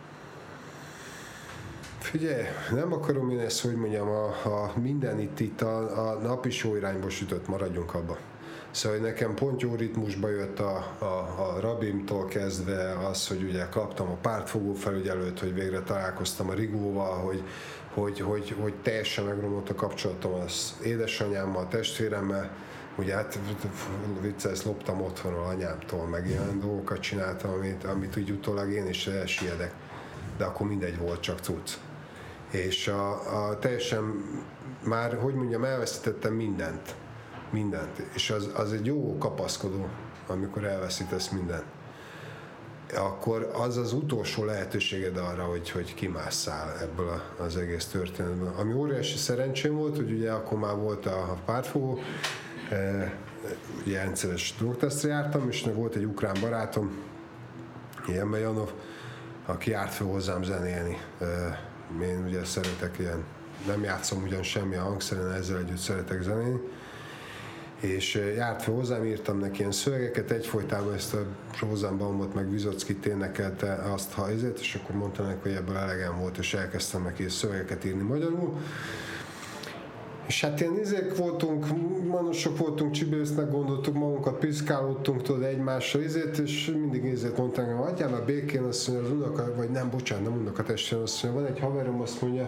Figyelj, nem akarom én ezt, hogy mondjam, ha minden itt a napi só irányba sütött, maradjunk abba. Szóval nekem pont jó ritmusba jött a rabimtól kezdve az, hogy ugye kaptam a pártfogó felügyelőt, hogy végre találkoztam a Rigóval, hogy teljesen megromlott a kapcsolatom az édesanyámmal, a testvéremmel. Ugye hát vicces, loptam otthonról anyámtól, meg ilyen dolgokat csináltam, amit úgy utólag én is elsiedek. De akkor mindegy volt, csak cucc. És teljesen már, hogy mondjam, elveszítettem mindent. És az egy jó kapaszkodó, amikor elveszítesz mindent. Akkor az az utolsó lehetőséged arra, hogy kimásszál ebből az egész történetből. Ami óriási szerencsém volt, hogy ugye akkor már volt a pártfogó, ugye rendszeres drogtesztre jártam, és volt egy ukrán barátom, Jembe Janov, aki járt fel hozzám zenélni. Én ugye szeretek ilyen, nem játszom ugyan semmi a hangszeren, ezzel együtt szeretek zenélni. És járt fel hozzám, írtam neki ilyen szövegeket, egyfolytában ezt a Rosenbaumot meg Vysockit énekelte azt, ha ezért, és akkor mondta neki, hogy ebből elegem volt, és elkezdtem neki szövegeket írni magyarul. És hát ilyen voltunk, manosok voltunk, csibésznek gondoltuk magunkat, piszkálódtunk tudod egymással és mindig mondták, hogy adjál már békén, azt mondja, az unoka, vagy nem, bocsánat, nem unoka testvérem, azt mondja, van egy haverom, azt mondja,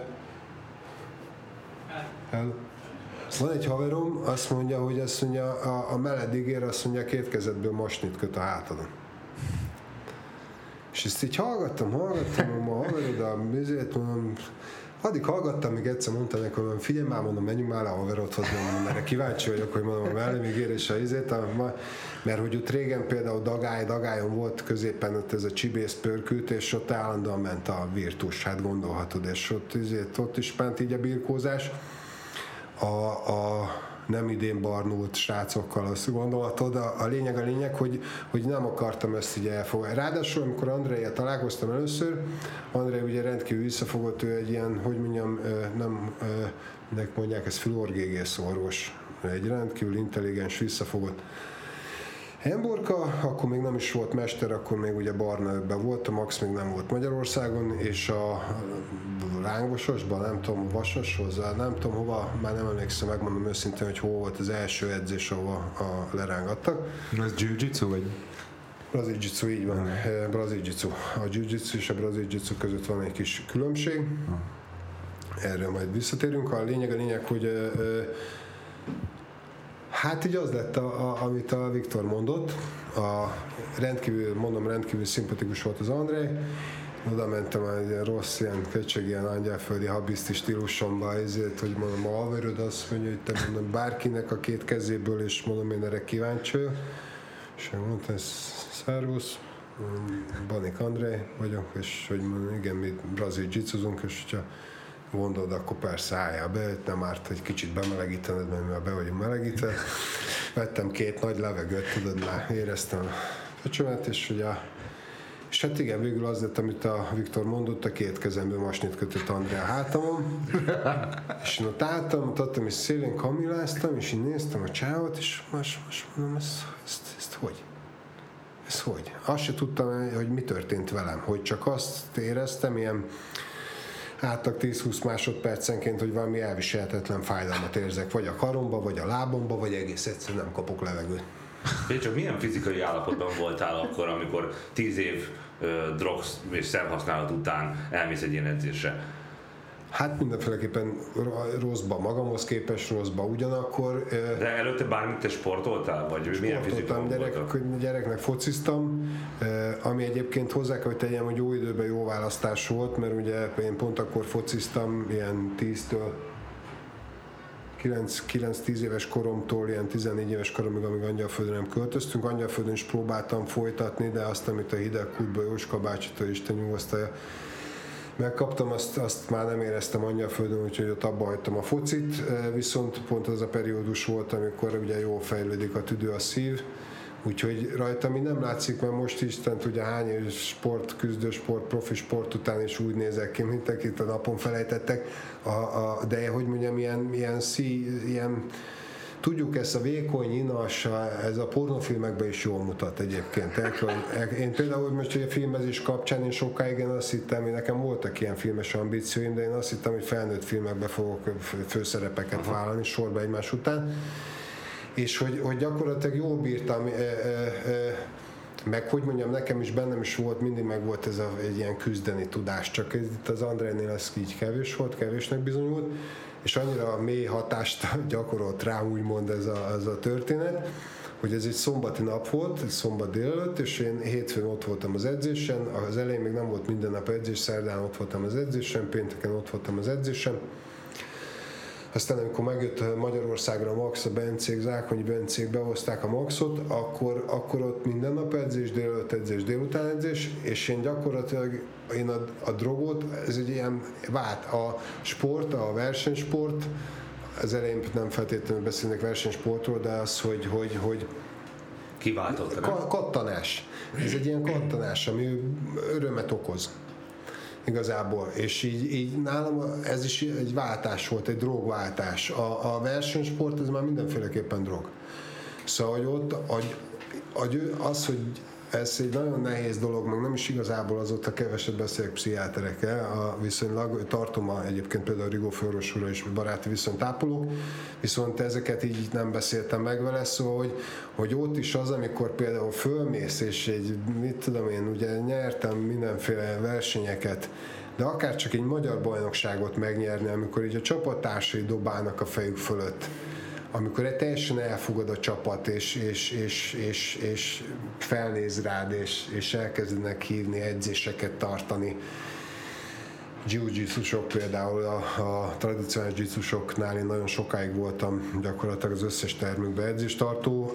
van egy haverom, azt mondja, hogy a meled ígér, azt mondja, 2 kezedből masnit köt a hátadon. És ezt így hallgattam a haverod, mondom, addig hallgattam, még egyszer mondta neki, hogy figyelj már, mondom, menjünk már le a haverodhoz, mondom, erre kíváncsi vagyok, hogy mondom, a mellém ígérés a mert hogy ott régen például Dagályon volt középen ott ez a csibész pörkült, és ott állandóan ment a virtus, hát gondolhatod, és ott is ment így a birkózás. A nem idén barnult srácokkal, azt gondolhatod. A lényeg, hogy nem akartam ezt így elfogadni. Ráadásul, amikor Andrejjel találkoztam először, Andrej ugye rendkívül visszafogott, ő egy ilyen, hogy mondjam, nek mondják, ez fluorgégész orvos. Egy rendkívül intelligens, visszafogott Hemburka, akkor még nem is volt mester, akkor még ugye Barnaöbben volt, a Max még nem volt Magyarországon, és a Lángososban, nem tudom, Vasashoz, nem tudom hova, már nem emlékszem, megmondom őszintén, hogy hol volt az első edzés, ahova lerángattak. Ez jiu-jitsu vagy? Brazil jiu-jitsu, így van. Brazil jiu-jitsu. A jiu-jitsu és a brazil jiu-jitsu között van egy kis különbség. Erről majd visszatérünk. A lényeg, hogy hát így az lett, amit a Viktor mondott. Rendkívül szimpatikus volt az Andrej. Oda mentem egy ilyen rossz, ilyen köcsög, ilyen angyalföldi habbiszti stílusomba, ezért, hogy mondom, a haverod azt mondja, hogy te mondom, bárkinek a 2 kezéből, és mondom, én erre kíváncsi vagyok. És mondta, szervusz, Banik Andrej vagyok, és hogy mondom, igen, mi brazil jiu-jitsuzunk, és hogyha gondolod, akkor persze álljál be, nem árt egy kicsit bemelegítened, mert mivel be vagyunk melegítve. Vettem 2 nagy levegőt, tudod, már éreztem a pöcsömet, és hát igen, végül az lett, amit a Viktor mondott, a 2 kezemből masnit kötött André a hátamon. És én ott álltam, ott adtam, és szélén kamiláztam, és így néztem a csávot, és most mondom, ezt hogy? Ez hogy? Azt se tudtam, hogy mi történt velem, hogy csak azt éreztem, ilyen átlag 10-20 másodpercenként, hogy valami elviselhetetlen fájdalmat érzek, vagy a karomba, vagy a lábomba, vagy egész egyszerűen nem kapok levegőt. Csak milyen fizikai állapotban voltál akkor, amikor 10 év drog és szerhasználat után elmész egy ilyen edzésre? Hát mindenféleképpen rosszba, magamhoz képest rosszba, ugyanakkor... De előtte bármit te sportoltál? Vagy milyen fizikában voltak? Gyereknek fociztam, ami egyébként hozzá kell, hogy tegyem, hogy jó időben jó választás volt, mert ugye én pont akkor fociztam, ilyen 10-től 9-10 éves koromtól ilyen 14 éves koromig, amíg Angyalföldre nem költöztünk. Angyalföldön is próbáltam folytatni, de azt, amit a Hidegkútból Jóska bácsitól, Isten nyugosztalja, megkaptam, azt már nem éreztem Angyalföldön, úgyhogy ott abba hagytam a focit, viszont pont az a periódus volt, amikor ugye jól fejlődik a tüdő, a szív, úgyhogy rajtam így nem látszik, mert most Istent ugye hány éves küzdősport, profi sport után is úgy nézek ki, mint akit a napon felejtettek, de hogy mondjam, ilyen tudjuk, ezt a vékony, inas, ez a pornófilmekben is jól mutat egyébként. Én például most a filmezés kapcsán én sokáig azt hittem, hogy nekem voltak ilyen filmes ambícióim, de én azt hittem, hogy felnőtt filmekben fogok főszerepeket vállalni sorba egymás után. És hogy gyakorlatilag jól bírtam, meg hogy mondjam, nekem is, bennem is volt, mindig meg volt ez egy ilyen küzdeni tudás, csak itt az Andrejnél ez így kevésnek bizonyult, és annyira mély hatást gyakorolt rám, úgymond ez a történet, hogy ez egy szombati nap volt, egy szombat délelőtt, és én hétfőn ott voltam az edzésen, az elején még nem volt minden nap edzés, szerdán ott voltam az edzésen, pénteken ott voltam az edzésen. Aztán amikor megjött Magyarországra a Max, a Bencék, Zákonyi Bencék behozták a Maxot, akkor ott minden nap edzés, délelőtt edzés, délután edzés, és én gyakorlatilag a drogot, ez egy ilyen a sport, a versenysport, az elején nem feltétlenül beszélnek versenysportról, de az, hogy kiváltott, kattanás. Ez egy ilyen kattanás, ami örömet okoz. Igazából. És így nálam ez is egy váltás volt, egy drogváltás. A versenysport, ez már mindenféleképpen drog. Szóval, hogy ott az, hogy ez egy nagyon nehéz dolog, meg nem is igazából azóta keveset beszélek pszichiáterekkel, viszonylag tartom egyébként például Rigó Főorvos úrral is baráti viszonyt ápolok, viszont ezeket így nem beszéltem meg vele, szóval, hogy ott is az, amikor például fölmész, és mit tudom én, ugye nyertem mindenféle versenyeket, de akár csak egy magyar bajnokságot megnyerni, amikor így a csapattársai dobálnak a fejük fölött, amikor teljesen elfogad a csapat, és felnéz rád, és elkezdenek hívni, edzéseket tartani. Jiu-jitsusok például, a tradicionális jiu-jitsusoknál én nagyon sokáig voltam gyakorlatilag az összes termükben edzéstartó.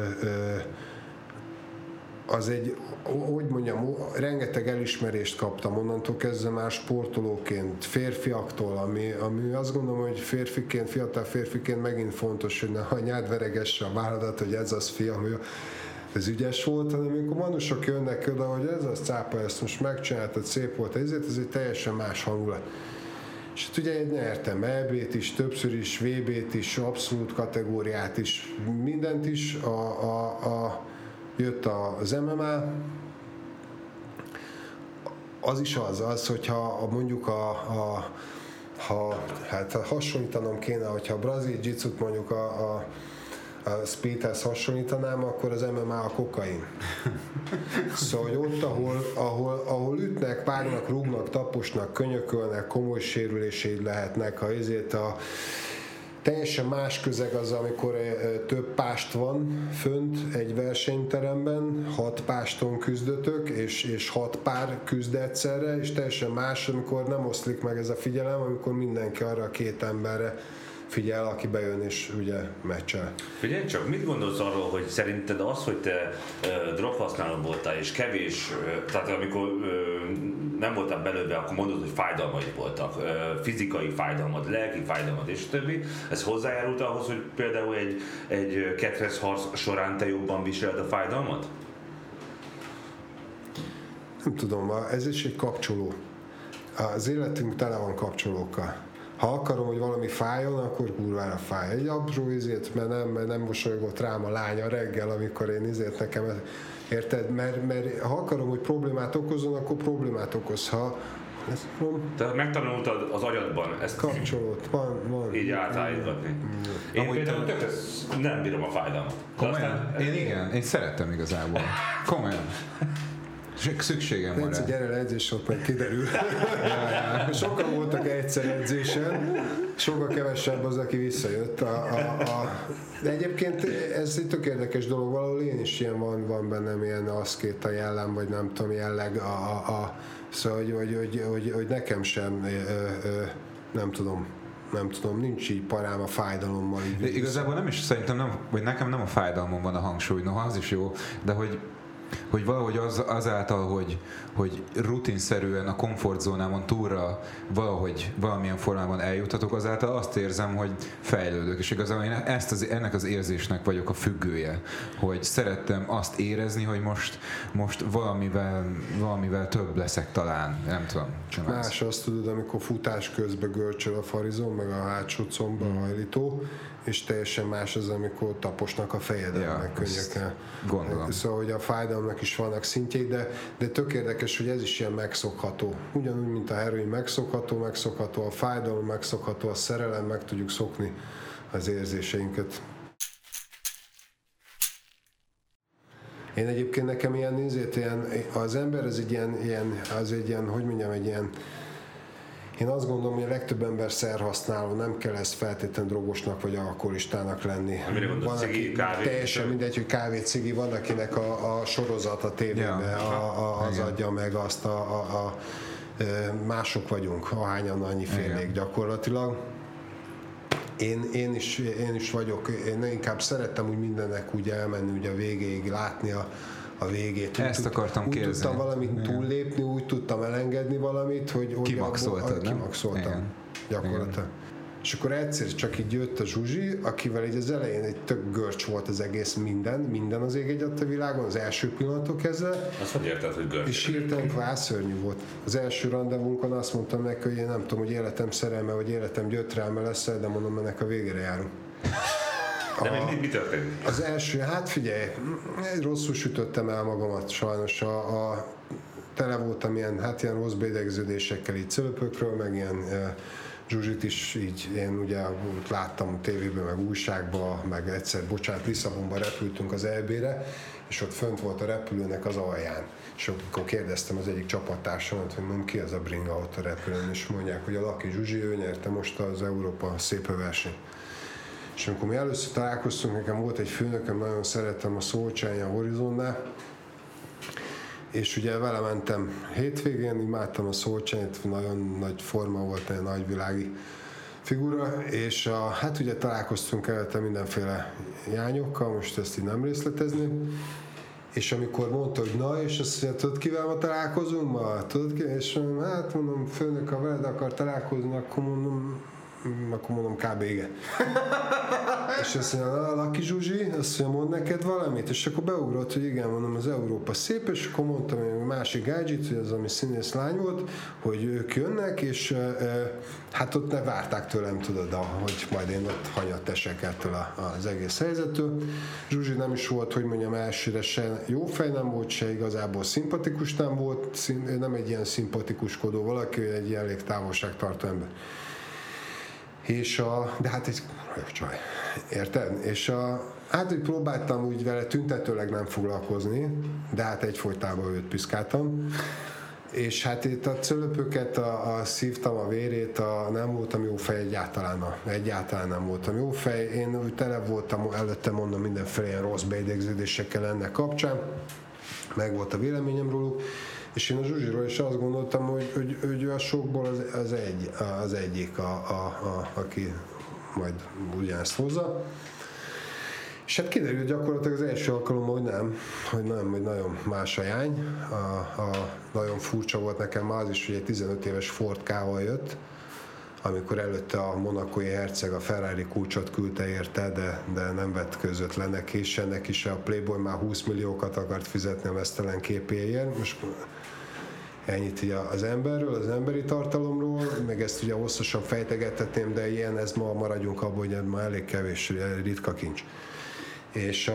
Az egy, hogy mondjam, rengeteg elismerést kaptam onnantól kezdve már sportolóként, férfiaktól, ami azt gondolom, hogy férfiként, fiatal férfiként megint fontos, hogy ne hagyjád veregesse a válladat, hogy ez az fiam, ez ügyes volt, hanem amikor manusok jönnek oda, hogy ez az cápa, ezt most megcsináltad, szép volt, ez egy teljesen más hangulat. És itt ugye nyertem EB-t is, többször is, VB-t is, abszolút kategóriát is, mindent is, jött az MMA, az is az, hogyha mondjuk hát hasonlítanom kéne, hogyha a brazil jiu-jitsut mondjuk a speedhez hasonlítanám, akkor az MMA a kokain. Szóval, hogy ott, ahol ütnek, vágnak, rúgnak, taposnak, könyökölnek, komoly sérüléseid lehetnek, ha ezért teljesen más közeg az, amikor több pást van fönt egy versenyteremben, 6 páston küzdötök, és 6 pár küzd egyszerre, és teljesen más, amikor nem oszlik meg ez a figyelem, amikor mindenki arra a 2 emberre figyel, aki bejön és ugye meccsel. Figyelj csak, mit gondolsz arról, hogy szerinted az, hogy te droghasználó voltál és kevés, tehát amikor nem voltál belőle, akkor mondod, hogy fájdalmaid voltak, fizikai fájdalmad, lelki fájdalmad és többi, ez hozzájárult ahhoz, hogy például egy ketrecharc során te jobban viseled a fájdalmat? Nem tudom, ez is egy kapcsoló. Az életünk tele van kapcsolókkal. Ha akarom, hogy valami fájjon, akkor kurvára fáj. Egy apró mert nem mosolygott rám a lánya reggel, amikor én nekem, érted? Mert ha akarom, hogy problémát okozzon, akkor problémát okoz. Te megtanultad az agyadban ezt kapcsolót, van. Így átállítgatni. Én például nem bírom a fájdalmat. Komolyan? Én szerettem igazából. Komolyan. Szükségem van rá. Gyere le edzésre, ott majd kiderül. Sokan voltak egyszer edzésen, sokkal kevesebb az, aki visszajött. De egyébként ez egy tök érdekes dolog, valahol én is ilyen van bennem ilyen aszkéta jellem, vagy nem tudom, jelleg. Szóval, hogy nekem sem, nem tudom, nem tudom, nincs így parám a fájdalommal. Igazából nem is, szerintem nem, vagy nekem nem a fájdalmon van a hangsúly, no, az is jó, de hogy valahogy azáltal, hogy rutinszerűen a komfortzónámon túlra valahogy valamilyen formában eljutatok, azáltal azt érzem, hogy fejlődök, és igazából én ennek az érzésnek vagyok a függője, hogy szerettem azt érezni, hogy most valamivel több leszek talán, nem tudom. Más azt tudod, amikor futás közben görcsöl a farizon, meg a hátsó comba a hajlító, és teljesen más az, amikor taposnak a fejeden, meg könnyekkel. Gondolom. Szóval, hogy a fájdalomnak is vannak szintjei, de tök érdekes, hogy ez is ilyen megszokható. Ugyanúgy, mint a heroin megszokható a fájdalom megszokható, a szerelem, meg tudjuk szokni az érzéseinket. Én egyébként nekem ilyen, az ember az egy ilyen, hogy mondjam, egy ilyen, én azt gondolom, hogy a legtöbb ember szerhasználó, nem kell ezt feltétlenül drogosnak vagy alkoholistának lenni. Van, aki teljesen mindegy, hogy kávé, cigi, van, akinek a sorozat a tévében az adja meg azt mások vagyunk, ahányan annyi félék gyakorlatilag. Én is vagyok, én inkább szerettem úgy mindennek úgy elmenni, úgy a végéig látni a végét. Ezt akartam kérdezni. Úgy tudtam valamit túllépni, úgy tudtam elengedni valamit, hogy kimaxoltam gyakorlatilag. Igen. És akkor egyszer csak így jött a Zsuzsi, akivel így az elején egy tök görcs volt az egész minden az ég egyet a világon, az első pillanatok kezdve. Azt hogy érted, hogy görcs? És hirtelen kvászörnyű volt. Az első randevúnkon azt mondtam neki, hogy én nem tudom, hogy életem szerelme, vagy életem gyötrelme lesz, de mondom, ennek a végére járunk. De mi történt? Az első, hát figyelj, rosszul sütöttem el magamat sajnos. Tele voltam ilyen rossz bédegződésekkel így cölöpökről, meg ilyen Zsuzsit is így, én ugye láttam tévében, meg újságban, meg egyszer, Lisszabonban repültünk az EB-re, és ott fönt volt a repülőnek az alján. És akkor kérdeztem az egyik csapattársamat, hogy mondom, ki az a bringa ott a repülőn, és mondják, hogy a Laki Zsuzsi, ő nyerte most az Európa szépe verseny. És amikor mi először találkoztunk, nekem volt egy főnököm, nagyon szerettem a Szolcsány a Horizonnál, és ugye vele mentem hétvégén, imádtam a Szolcsányt, nagyon nagy forma volt, egy nagyvilági figura, és hát ugye találkoztunk előtte mindenféle jányokkal, most ezt így nem részletezném, és amikor mondta, hogy na, és azt mondja, tudod, kivel ma találkozunk ma? És mondom, főnök, ha veled akar találkozni, akkor mondom, kb. Igen. És azt mondja, Laki Zsuzsi, azt mondja, mond neked valamit? És akkor beugrott, hogy igen, mondom, az Európa szép, és akkor mondtam egy másik gágyit, hogy az, ami színész lány volt, hogy ők jönnek, és hát ott ne várták tőlem, tudod, hogy majd én ott hanyat esek ettől az egész helyzettől. Zsuzsi nem is volt, hogy mondjam, elsőre se jó fej nem volt, se igazából szimpatikus nem volt, nem egy ilyen szimpatikuskodó valaki, egy elég távolságtartó ember. De hát egy csaj, érted? És hát úgy próbáltam úgy vele tüntetőleg nem foglalkozni, de hát egyfolytában őt piszkáltam. És hát itt a cölöpöket, szívtam a vérét, nem voltam jó fej egyáltalán nem voltam jó fej. Én úgy tele voltam, előtte mondom mindenféle ilyen rossz beidegződésekkel ennek kapcsán. Meg volt a véleményem róluk. És én a Zsuzsiról is azt gondoltam, hogy ő a sokból az egyik, aki majd ugyanezt hozza. És hát kiderült gyakorlatilag az első alkalommal, hogy nagyon más a jány. Nagyon furcsa volt nekem az is, hogy egy 15 éves Ford K-val jött, amikor előtte a monakói herceg a Ferrari kulcsot küldte érte, de nem vetközött le neki, és ennek is a Playboy már 20 milliókat akart fizetni a mesztelen képéért. Most ennyit így az emberről, az emberi tartalomról, meg ezt ugye hosszasan fejtegethetném, de ilyen, ez ma maradjunk abban, hogy ez ma elég kevés, ritka kincs. És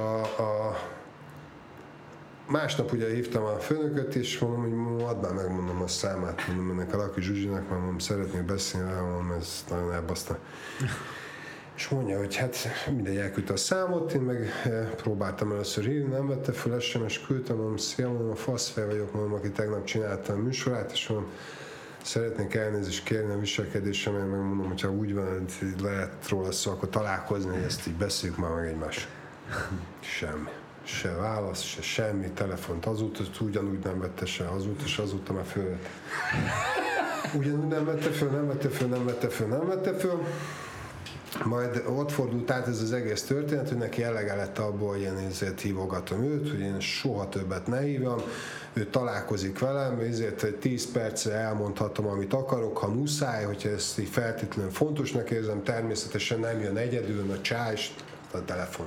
másnap ugye hívtam a főnököt, és mondom, hogy add már megmondom a számát, mondom ennek a Laki Zsuzsinak, mondom, szeretnék beszélni, mondom, ez nagyon elbaszta. És mondja, hogy hát mindegy, elküldte a számot, én meg próbáltam először hívni, nem vette föl, SMS küldtem, mondom, szia, mondom, a faszfej vagyok, mondom, aki tegnap csináltam a műsorát, és mondom, szeretnék elnézést kérni a viselkedésemért, meg mondom, hogyha úgy van, hogy lehet róla szó, akkor találkozni, hogy ezt így beszéljük már meg egymás. Semmi. Se válasz, se semmi, telefont azóta ugyanúgy nem vette se azóta, és azóta már fölvett. ugyanúgy nem vette föl. Majd ott fordult át ez az egész történet, hogy neki elege lett abból, hogy én ezért hívogatom őt, hogy én soha többet ne hívjam. Ő találkozik velem, ezért egy 10 percre elmondhatom, amit akarok, ha muszáj, hogyha ezt így feltétlenül fontosnak érzem, természetesen nem jön egyedül a csá és a telefon.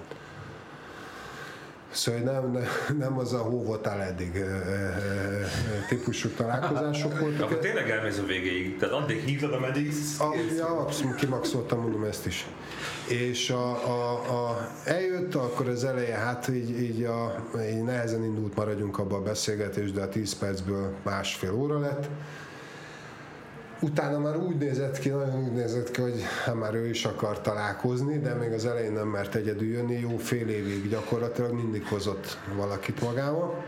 Szóval nem az a hóvoltál eddig típusú találkozások voltak. Akkor tényleg elmész a végéig, tehát addig hívtad, ameddig... Abszolút kimaxoltam, mondom ezt is. És eljött, akkor az eleje, hát így nehezen indult, maradjunk abba a beszélgetés, de a 10 percből másfél óra lett. Utána már úgy nézett ki, hogy hát már ő is akar találkozni, de még az elején nem mert egyedül jönni, jó fél évig gyakorlatilag mindig hozott valakit magával.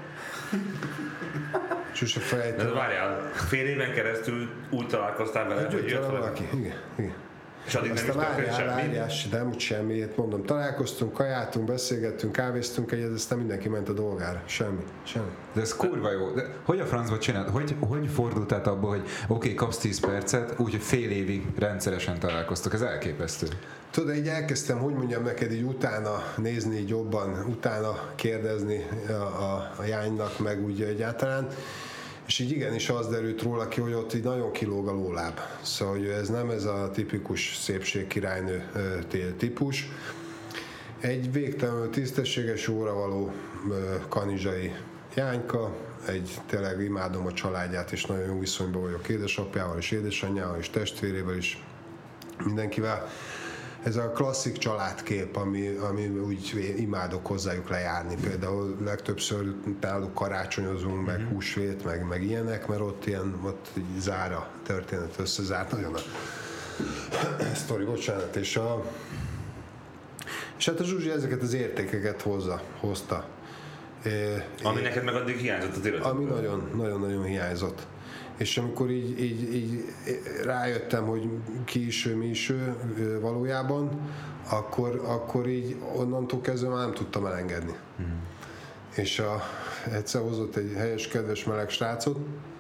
Sose felejtem. De várjál, fél éven keresztül úgy találkoztál vele, hogy jött valaki. Igen. És addig nem is történt semmi? Nem úgy semmi, mondom, találkoztunk, kajáltunk, beszélgettünk, kávéztunk egyet, aztán mindenki ment a dolgára. Semmi. De ez kurva jó. De hogy a francba csináld? Hogy fordult át abból, hogy oké, kapsz 10 percet, úgyhogy fél évig rendszeresen találkoztok? Ez elképesztő. Tudod, így elkezdtem, hogy mondjam neked, így utána nézni így jobban, utána kérdezni a Jánynak, meg úgy egyáltalán. És így igenis az derült róla ki, hogy ott így nagyon kilóg a lóláb. Szóval hogy ez nem ez a tipikus szépségkirálynő típus. Egy végtelenül tisztességes, jóra való kanizsai Jányka, tényleg imádom a családját, és nagyon jó viszonyban vagyok édesapjával és édesanyjával és testvérével is, mindenkivel. Ez a klasszik családkép, ami úgy imádok hozzájuk lejárni. Például legtöbbször náluk karácsonyozunk, meg húsvét, meg ilyenek, mert ott így zár a történet, összezárt nagyon a sztori, bocsánat. És hát a Zsuzsi ezeket az értékeket hozta. Ami neked meg addig hiányzott az életedből. Ami nagyon-nagyon hiányzott. És amikor így rájöttem, hogy ki is ő, mi is ő valójában, akkor így onnantól kezdve már nem tudtam elengedni. És egyszer hozott egy helyes, kedves, meleg srácot.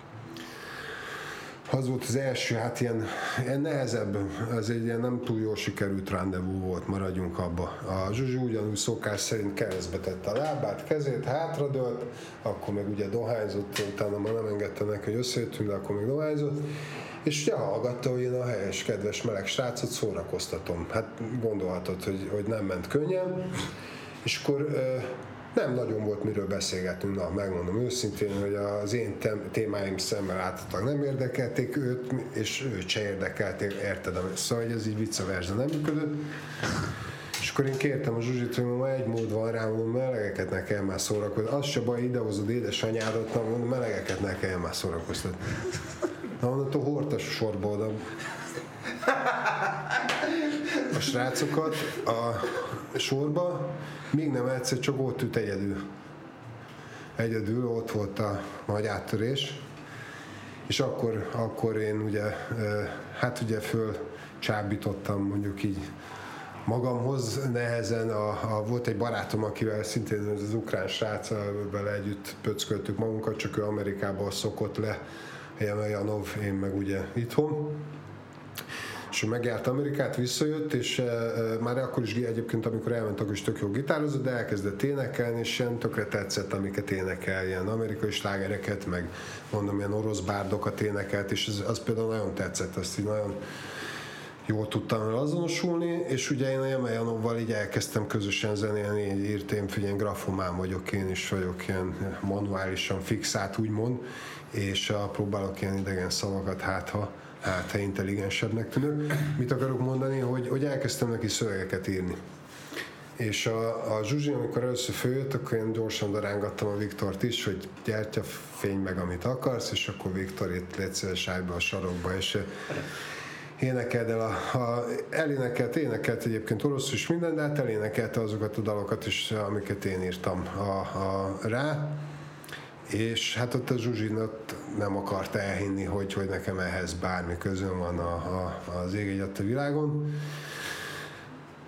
Az volt az első, hát ilyen nehezebb, ez egy ilyen nem túl jól sikerült rendezvú volt, maradjunk abba. A Zsuzsi ugyanúgy szokás szerint keresztbe tette a lábát, kezét hátradőlt, akkor meg ugye dohányzott, utána már nem engedte neki, hogy összejöttünk, de akkor még dohányzott. És ugye hallgatta, hogy én a helyes, kedves, meleg srácot szórakoztatom. Hát gondolhatod, hogy nem ment könnyen. És akkor nem nagyon volt miről beszélgetnünk, megmondom őszintén, hogy az én témáim szemmel láthatóan nem érdekelték őt, és őt se érdekelték, érted? Szóval ez így vice versa nem működött. És akkor én kértem a Zsuzsit, hogy ma egy mód van rá, mondom, melegeket ne kell már szórakozni. Az se baj, idehozod édesanyádat, mondom, melegeket ne kell már szórakoztatni. Na, onnantól hordta sorba oda a srácokat a sorba, még nem egyszer, csak ott ült egyedül. Egyedül, ott volt a nagy áttörés, és akkor én ugye fölcsábítottam mondjuk így magamhoz nehezen. Volt egy barátom, akivel szintén az ukrán srác, vele együtt pöcköltük magunkat, csak ő Amerikából szokott le, Janov, én meg ugye itthon. És ő megjárt Amerikát, visszajött, és már akkor is egyébként, amikor elment, akkor is tök jó gitározott, de elkezdett énekelni, és ilyen tökre tetszett, amiket énekel, ilyen amerikai slágereket, meg mondom, ilyen orosz bárdokat énekelt, és az például nagyon tetszett, azt így nagyon jól tudtam el azonosulni, és ugye én a Jemeljanovval így elkezdtem közösen zenélni, így írtém, ilyen grafomán vagyok, én is vagyok, ilyen manuálisan fixált, úgymond, és próbálok ilyen idegen szavakat, ha intelligensebbnek tűnök. Mit akarok mondani, hogy elkezdtem neki szövegeket írni. És a Zsuzsi, amikor először följött, akkor én gyorsan darángattam a Viktort is, hogy gyertya, fényj meg, amit akarsz, és akkor Viktor itt légy szíves, állj be a sarokba, és énekeld el énekelt egyébként oroszul is minden, de hát elénekelte azokat a dalokat is, amiket én írtam rá. És hát ott a Zsuzsinat nem akart elhinni, hogy nekem ehhez bármi közöm van az ég egyet a világon.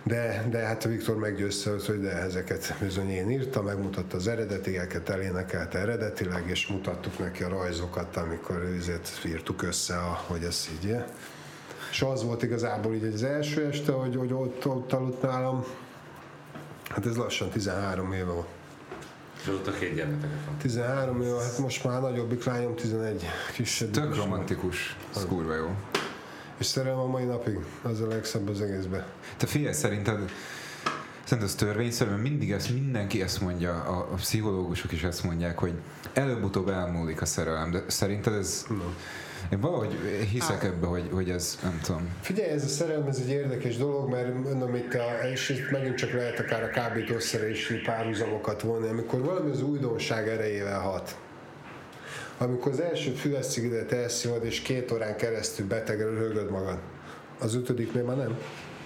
De hát a Viktor meggyőzte őt, hogy de ezeket bizony én írtam, megmutatta az eredetieket, elénekelte eredetileg, és mutattuk neki a rajzokat, amikor ezért írtuk össze, hogy ez így. És az volt igazából így az első este, hogy ott aludt nálam, hát ez lassan 13 éve volt. És azóta 2 gyermekeket van. 13 éve, hát most már nagyobbik lányom, 11 kisebb. Tök romantikus, ez kurva jó. És szerelem a mai napig, az a legszebb az egészben. Te figyelj, szerinted ez törvényszerű, mert mindig mindenki ezt mondja, a pszichológusok is ezt mondják, hogy előbb-utóbb elmúlik a szerelem, de szerinted ez... No. Én valahogy hiszek ebbe, hogy ez, nem tudom. Figyelj, ez a szerelem, ez egy érdekes dolog, mert mondom, és itt megint csak lehet akár a kábítószerre is párhuzamokat vonni, amikor valami az újdonság erejével hat. Amikor az első füleszigetet elszívod, és 2 órán keresztül betegre röhögöd magad. Az 5-nél már nem.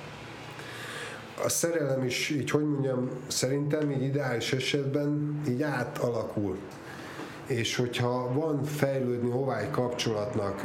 A szerelem is, így hogy mondjam, szerintem így ideális esetben így átalakul. És hogyha van fejlődni hová egy kapcsolatnak,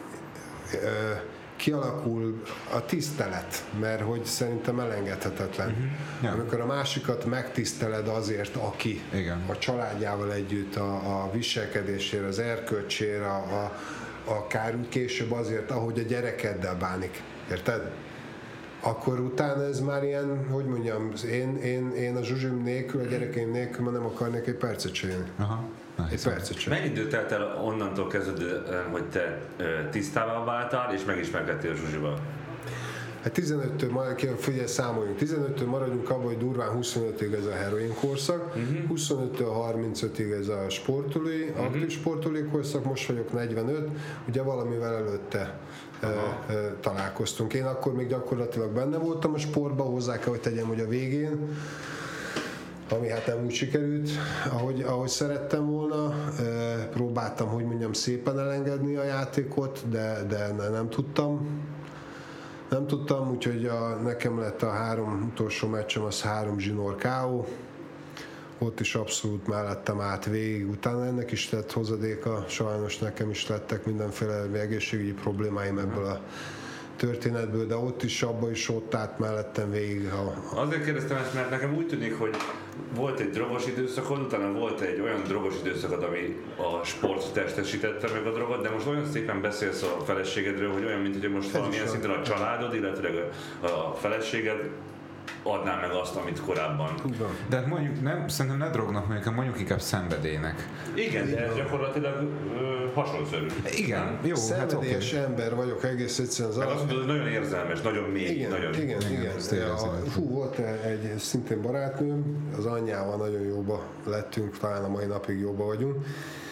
kialakul a tisztelet, mert hogy szerintem elengedhetetlen. Ja. Amikor a másikat megtiszteled azért, aki igen. A családjával együtt, a viselkedésére, az erkölcsére, akár később azért, ahogy a gyerekeddel bánik. Érted? Akkor utána ez már ilyen, hogy mondjam, én a Zsuzsim nélkül, a gyerekeim nélkül már nem akarnék egy percet se élni. Aha. Egy percet sem. Mennyi idő telt el onnantól kezdődően, hogy te tisztává váltál, és megismerkedtél a Zsuzsival? Hát 15-től, figyelj, számoljunk, 15-től maradjunk abban, hogy durván 25-ig ez a heroin korszak, 25-től 35-ig ez a sportolói, aktív sportolói korszak, most vagyok 45, ugye valamivel előtte találkoztunk. Én akkor még gyakorlatilag benne voltam a sportban, hozzá kell, hogy tegyem, hogy a végén, ami hát nem úgy sikerült, ahogy szerettem volna. Próbáltam, hogy mondjam, szépen elengedni a játékot, de nem tudtam. Nem tudtam, úgyhogy nekem lett a 3 utolsó meccsem, az 3 zsinór KO. Ott is abszolút mellettem át végig. Utána ennek is lett hozadéka, sajnos nekem is lettek mindenféle egészségügyi problémáim ebből a történetből, de ott is, abban is ott át mellettem végig. Azért kérdeztem ezt, mert nekem úgy tűnik, hogy volt egy drogos időszakod, utána volt egy olyan drogos időszakod, ami a sport testesítette meg a drogot, de most olyan szépen beszélsz a feleségedről, hogy olyan, mint hogy most valamilyen szinten a családod, illetve a feleséged adná meg azt, amit korábban. De hát mondjuk szerintem ne drognak, mondjuk inkább szenvedélynek. Igen, de ez gyakorlatilag hasonlószerű. Igen, jó, szenvedélyes ember vagyok egész egyszerűen. Meg azt mondod, nagyon érzelmes, nagyon mély. Igen. Volt egy szintén barátnőm, az anyjával nagyon jóba lettünk, talán a mai napig jóba vagyunk.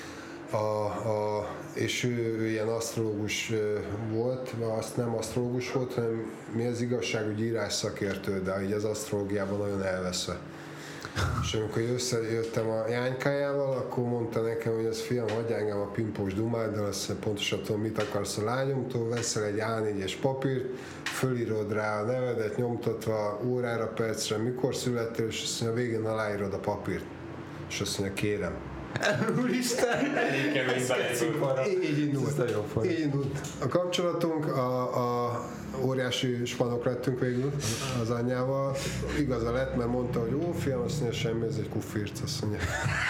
És ő ilyen asztrológus volt, azt nem asztrológus volt, hanem mi az igazságügyi írás szakértő, de így az asztrológiában nagyon elveszve. És amikor összejöttem a Jánykájával, akkor mondta nekem, hogy ez fiam, hagyj engem a pimpós dumáddal, azt mondja, pontosan tudom, mit akarsz a lányomtól, veszel egy A4-es papírt, fölírod rá a nevedet, nyomtatva órára, percre, mikor születtél, és azt mondja, végén aláírod a papírt. És azt mondja, kérem. Úristen! Elég kemény belejövő. Így indult a kapcsolatunk, a óriási spanok lettünk végül az anyjával. Igaza lett, mert mondta, hogy jó fiam, azt mondja, semmi, ez egy kuffirc, azt mondja.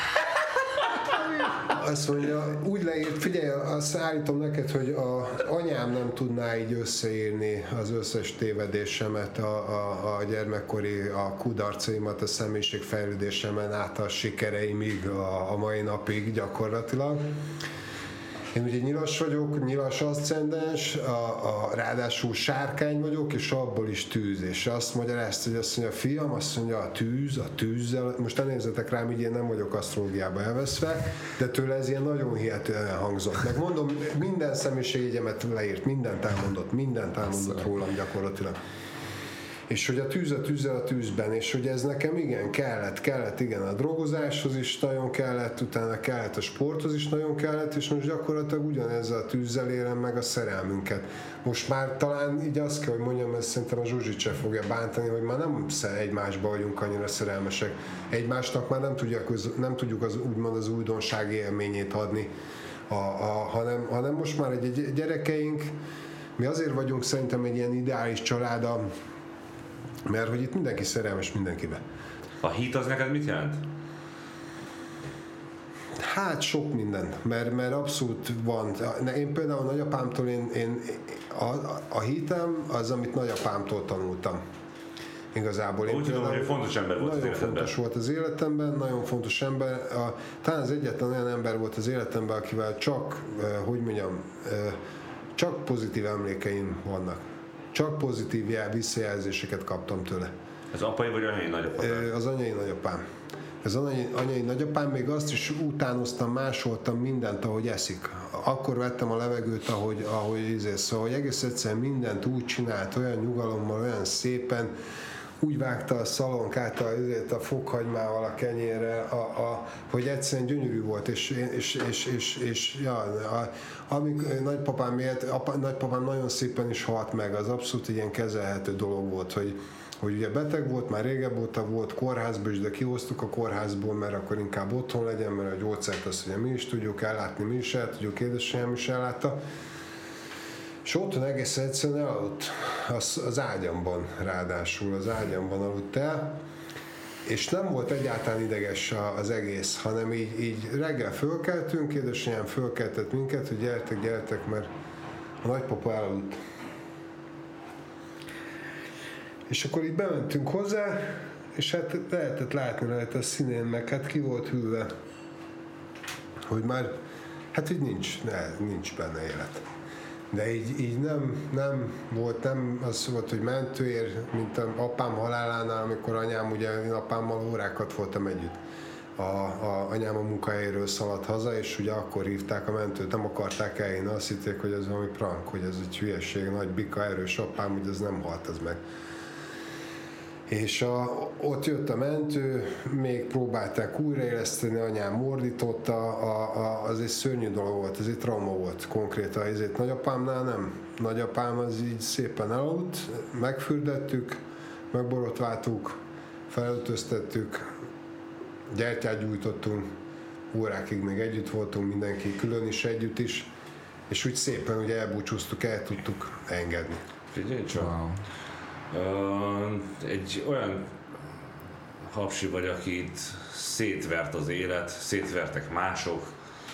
Azt mondja, úgy leírt, figyelj, azt állítom neked, hogy a anyám nem tudná így összeírni az összes tévedésemet, a gyermekkori, a kudarcaimat, a személyiségfejlődésemen át a sikereimig a mai napig gyakorlatilag. Én ugye nyilas vagyok, nyilas aszcendens, ráadásul sárkány vagyok, és abból is tűz. És azt magyarázta, hogy azt mondja, fiam, azt mondja, a tűzzel, most ne nézzetek rám, így én nem vagyok asztrológiába elveszve, de tőle ez ilyen nagyon hihetően elhangzott. Meg mondom, minden személyiségjegyemet leírt, mindent elmondott rólam gyakorlatilag. És hogy a tűzzel a tűzben, és hogy ez nekem igen kellett, igen, a drogozáshoz is nagyon kellett, utána kellett a sporthoz is nagyon kellett, és most gyakorlatilag ugyanezzel a tűzzel élem meg a szerelmünket. Most már talán így azt kell, hogy mondjam, ezt szerintem a Zsuzsit se fogja bántani, hogy már nem egymásba vagyunk annyira szerelmesek. Egymásnak már nem tudjuk úgymond az újdonság élményét adni, hanem most már egy gyerekeink, mi azért vagyunk szerintem egy ilyen ideális család, Mert hogy itt mindenki szerelmes mindenkibe. A hit az neked mit jelent? Hát sok minden, mert abszolút van. Én például nagyapámtól, a hitem az, amit nagyapámtól tanultam. Igazából. Úgy tudom, hogy fontos ember volt az életemben. Nagyon fontos volt az életemben, nagyon fontos ember. Talán az egyetlen olyan ember volt az életemben, akivel csak, csak pozitív emlékeim vannak. Csak pozitív visszajelzéseket kaptam tőle. Az apai vagy anyai nagyapám? Az anyai nagyapám. Az anyai nagyapám, még azt is utánoztam, másoltam mindent, ahogy eszik. Akkor vettem a levegőt, ahogy szóval, hogy egész egyszerűen mindent úgy csinált, olyan nyugalommal, olyan szépen, úgy vágta a szalonkát a fokhagymával a kenyérre, hogy egyszerűen gyönyörű volt, és nagypapám nagyon szépen is halt meg, az abszolút egy ilyen kezelhető dolog volt, hogy ugye beteg volt, már régebb óta volt kórházban is, de kihoztuk a kórházból, mert akkor inkább otthon legyen, mert a gyógyszert azt ugye mi is tudjuk ellátni, mi is el tudjuk, édesanyám is ellátta. És otthon egész egyszerűen elaludt az ágyamban, ráadásul az ágyamban aludt el, és nem volt egyáltalán ideges az egész, hanem így reggel fölkeltünk, édesanyám fölkeltett minket, hogy gyertek, mert a nagypapa elaludt. És akkor így bementünk hozzá, és hát lehetett látni rajta a színén, meg hát ki volt hűlve, hogy már, hát így nincs benne élet. De így nem volt az volt, hogy mentőér, mint az apám halálánál, amikor anyám, ugye én apámmal órákat voltam együtt. Anyám a munkahelyéről szaladt haza, és ugye akkor hívták a mentőt, nem akarták eljönni, azt hitték, hogy ez valami prank, hogy ez egy hülyeség, nagy bika, erős apám, hogy ez nem halt ez meg. És ott jött a mentő, még próbálták újraéleszteni, anyám mordította, az egy szörnyű dolog volt, ez egy trauma volt konkrétan, ezért nagyapámnál nem. Nagyapám az így szépen elaludt, megfürdettük, megborotváltuk, felöltöztettük, gyertyát gyújtottunk, órákig még együtt voltunk, mindenki külön is, együtt is, és úgy szépen ugye elbúcsúztuk, el tudtuk engedni. Figyelj csak! Wow. Egy olyan hapsi vagy, akit szétvert az élet, szétvertek mások,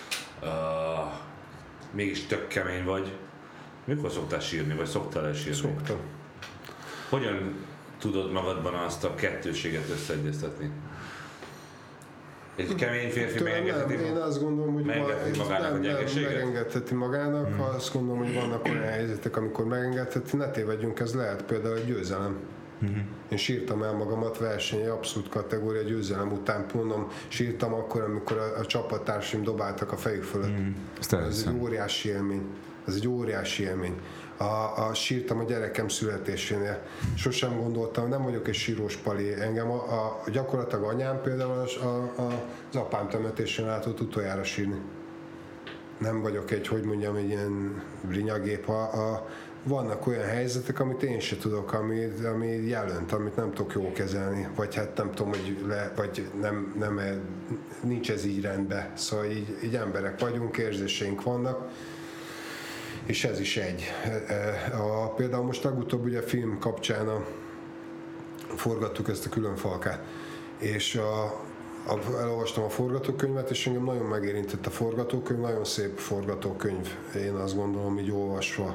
mégis tök kemény vagy. Mikor szoktál sírni, vagy szoktál sírni? Szoktam. Hogyan tudod magadban azt a kettőséget összeegyeztetni? Egy kemény férfi megengedheti én azt gondolom, hogy magának a gyengeséget? Megengedheti magának, azt gondolom, hogy vannak olyan helyzetek, amikor megengedheti, ne tévedjünk, ez lehet például egy győzelem. Én sírtam el magamat versenyi, abszolút kategória győzelem után, mondom, sírtam akkor, amikor a csapattársaim dobáltak a fejük fölött. Ez egy óriási élmény. Ez egy óriási élmény. Sírtam a gyerekem születésénél. Sosem gondoltam, nem vagyok egy sírós pali. Engem gyakorlatilag anyám például az apám temetésén látott utoljára sírni. Nem vagyok egy ilyen rinyagép. Vannak olyan helyzetek, amit én se tudok, ami jelönt, amit nem tudok jól kezelni, vagy hát nem tudom, vagy nincs ez így rendben. Szóval így emberek vagyunk, érzéseink vannak, és ez is egy. Például most legutóbb ugye a film kapcsán forgattuk ezt a Különfalkát, és elolvastam a forgatókönyvet, és engem nagyon megérintett a forgatókönyv, nagyon szép forgatókönyv, én azt gondolom, így olvasva.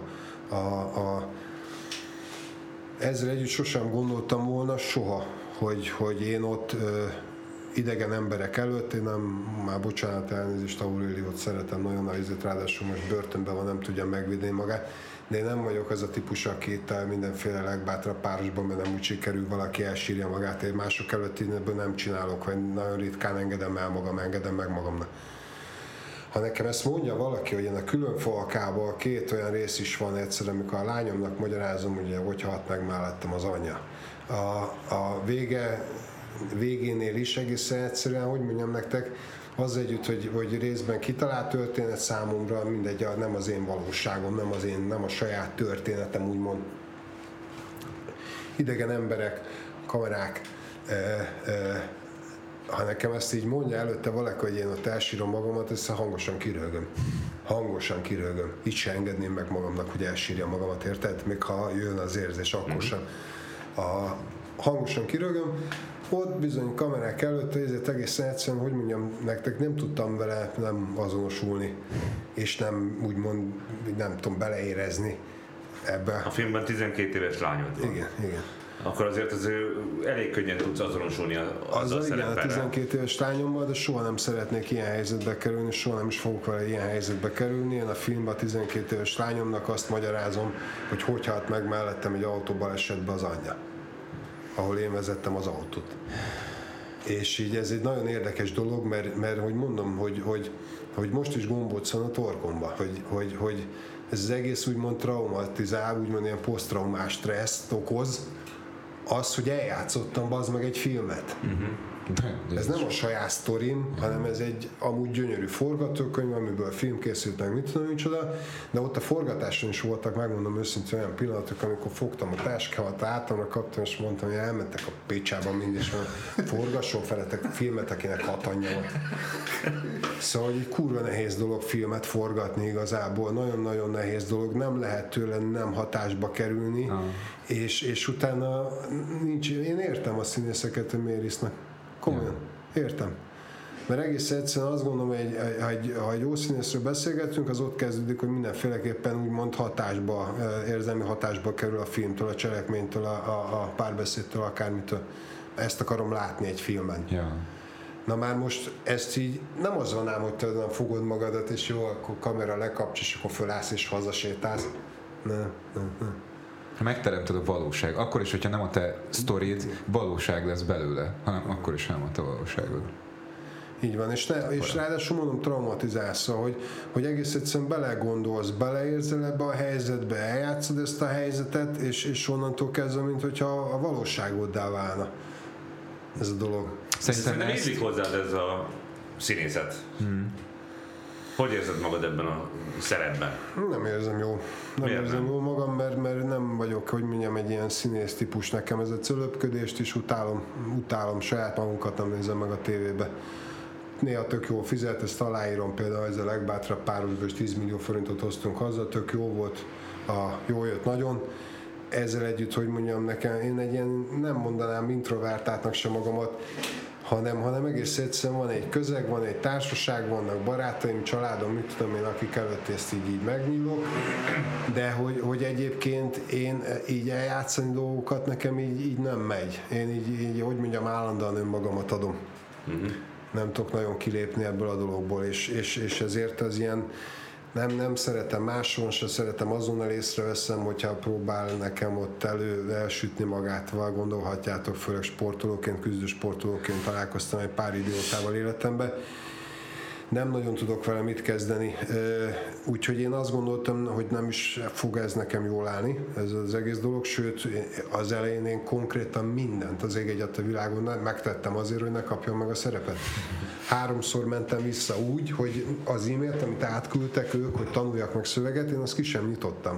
Ezzel együtt sosem gondoltam volna, soha, hogy én ott idegen emberek előtt, én nem, már bocsánat, elnézést, Aureliót szeretem nagyon, ráadásul most börtönben van, nem tudja megvédeni magát, de én nem vagyok az a típus, aki itt mindenféle legbátrabb párosban, mert nem úgy sikerül, valaki elsírja magát, én mások előtt ebből nem csinálok, vagy nagyon ritkán engedem meg magamnak. Ha nekem ezt mondja valaki, hogy én a Különfalkában 2 olyan rész is van egyszer, amikor a lányomnak magyarázom, ugye, hogy halt meg mellettem az anyja. A végénél is egészen egyszerűen, hogy mondjam nektek, az együtt, hogy részben kitalált történet számomra, mindegy, nem az én valóságom, nem a saját történetem, úgymond. Idegen emberek, kamerák, ha nekem ezt így mondja előtte valaki, hogy én ott elsírom magamat, ezt hangosan kiröhögöm. Így se engedném meg magamnak, hogy elsírja magamat, érted? Még ha jön az érzés, akkor sem. hangosan kirögöm, ott bizony kamerák előtt, ezért egészen egyszerűen, hogy mondjam nektek, nem tudtam vele nem azonosulni, és nem úgymond, nem tudom, beleérezni ebbe. A filmben 12 éves lányod van. Igen. Akkor azért az elég könnyen tudsz azonosulni azzal a szerepelre. Igen, a 12 éves lányommal, de soha nem szeretnék ilyen helyzetbe kerülni, soha nem is fogok vele ilyen helyzetbe kerülni. Én a filmben a 12 éves lányomnak azt magyarázom, hogy halt meg mellettem egy autóbalesetbe az anyja, ahol én vezettem az autót. És így ez egy nagyon érdekes dolog, mert hogy mondom, hogy most is gombóc van a torkomba, hogy ez az egész úgymond traumatizál, úgymond ilyen posztraumás stresszt okoz, az, hogy eljátszottam bazd meg egy filmet. Ez nem a saját sztorim, hanem ez egy amúgy gyönyörű forgatókönyv, amiből film készült, meg mit tudom micsoda, de ott a forgatáson is voltak, megmondom őszintén, olyan pillanatok, amikor fogtam a táskámat, általra kaptam, és mondtam, hogy elmentek a pécsába mindig, és forgasson feletek filmet, akinek 6 anyja van. Szóval, hogy kurva nehéz dolog filmet forgatni igazából, nagyon-nagyon nehéz dolog, nem lehet tőle nem hatásba kerülni, és utána nincs, én értem a színészeket, hogy miért isznak. Komolyan. Értem. Mert egész egyszerűen azt gondolom, hogy ha egy jó színészről beszélgetünk, az ott kezdődik, hogy mindenféleképpen úgymond hatásba, érzelmi hatásba kerül a filmtől, a cselekménytől, a párbeszédtől, akármitől. Ezt akarom látni egy filmen. Yeah. Na már most ezt így nem az van ám, hogy te nem fogod magadat, és jó, akkor kamera lekapcs, és akkor fölállsz és hazasétálsz. Nem. Megteremted a valóság. Akkor is, hogyha nem a te sztorid, valóság lesz belőle, hanem akkor is nem a te valóságod. Így van, és ráadásul mondom, traumatizálsz, hogy egész egyszerűen belegondolsz, beleérzel ebbe a helyzetbe, eljátszod ezt a helyzetet, és onnantól kezdve, mint hogyha a valóságoddá válna ez a dolog. Szerintem illik hozzád ez a színészet. Hogy érzed magad ebben a szerepben? Nem érzem jó. Nem érzem jó magam, mert nem vagyok, hogy mondjam, egy ilyen színész típus. Nekem ez a cölöpködést is utálom, saját magunkat nem nézem meg a tévébe. Néha tök jól fizet, ezt aláírom, például ez a legbátrabb párosból 10 millió forintot hoztunk haza, tök jó volt, jó jött nagyon. Ezzel együtt, hogy mondjam nekem, én egy ilyen, nem mondanám introvertáltnak sem magamat, hanem egész egyszerűen van egy közeg, van egy társaság, vannak barátaim, családom, mit tudom én, akik előtt ezt így megnyílok, de hogy egyébként én így eljátszani dolgokat nekem így nem megy. Én így hogy mondjam, állandóan önmagamat adom. Nem tudok nagyon kilépni ebből a dologból, és ezért az ilyen nem szeretem máson, se szeretem, azonnal észreveszem, hogyha próbál nekem ott elsütni magát, gondolhatjátok, főleg sportolóként, küzdő sportolóként találkoztam egy pár idiótával életemben. Nem nagyon tudok vele mit kezdeni, úgyhogy én azt gondoltam, hogy nem is fog ez nekem jól állni, ez az egész dolog, sőt az elején én konkrétan mindent az ég egyet a világon megtettem azért, hogy ne kapjam meg a szerepet. 3-szor mentem vissza úgy, hogy az e-mailt, amit átküldtek ők, hogy tanuljak meg szöveget, én azt ki sem nyitottam.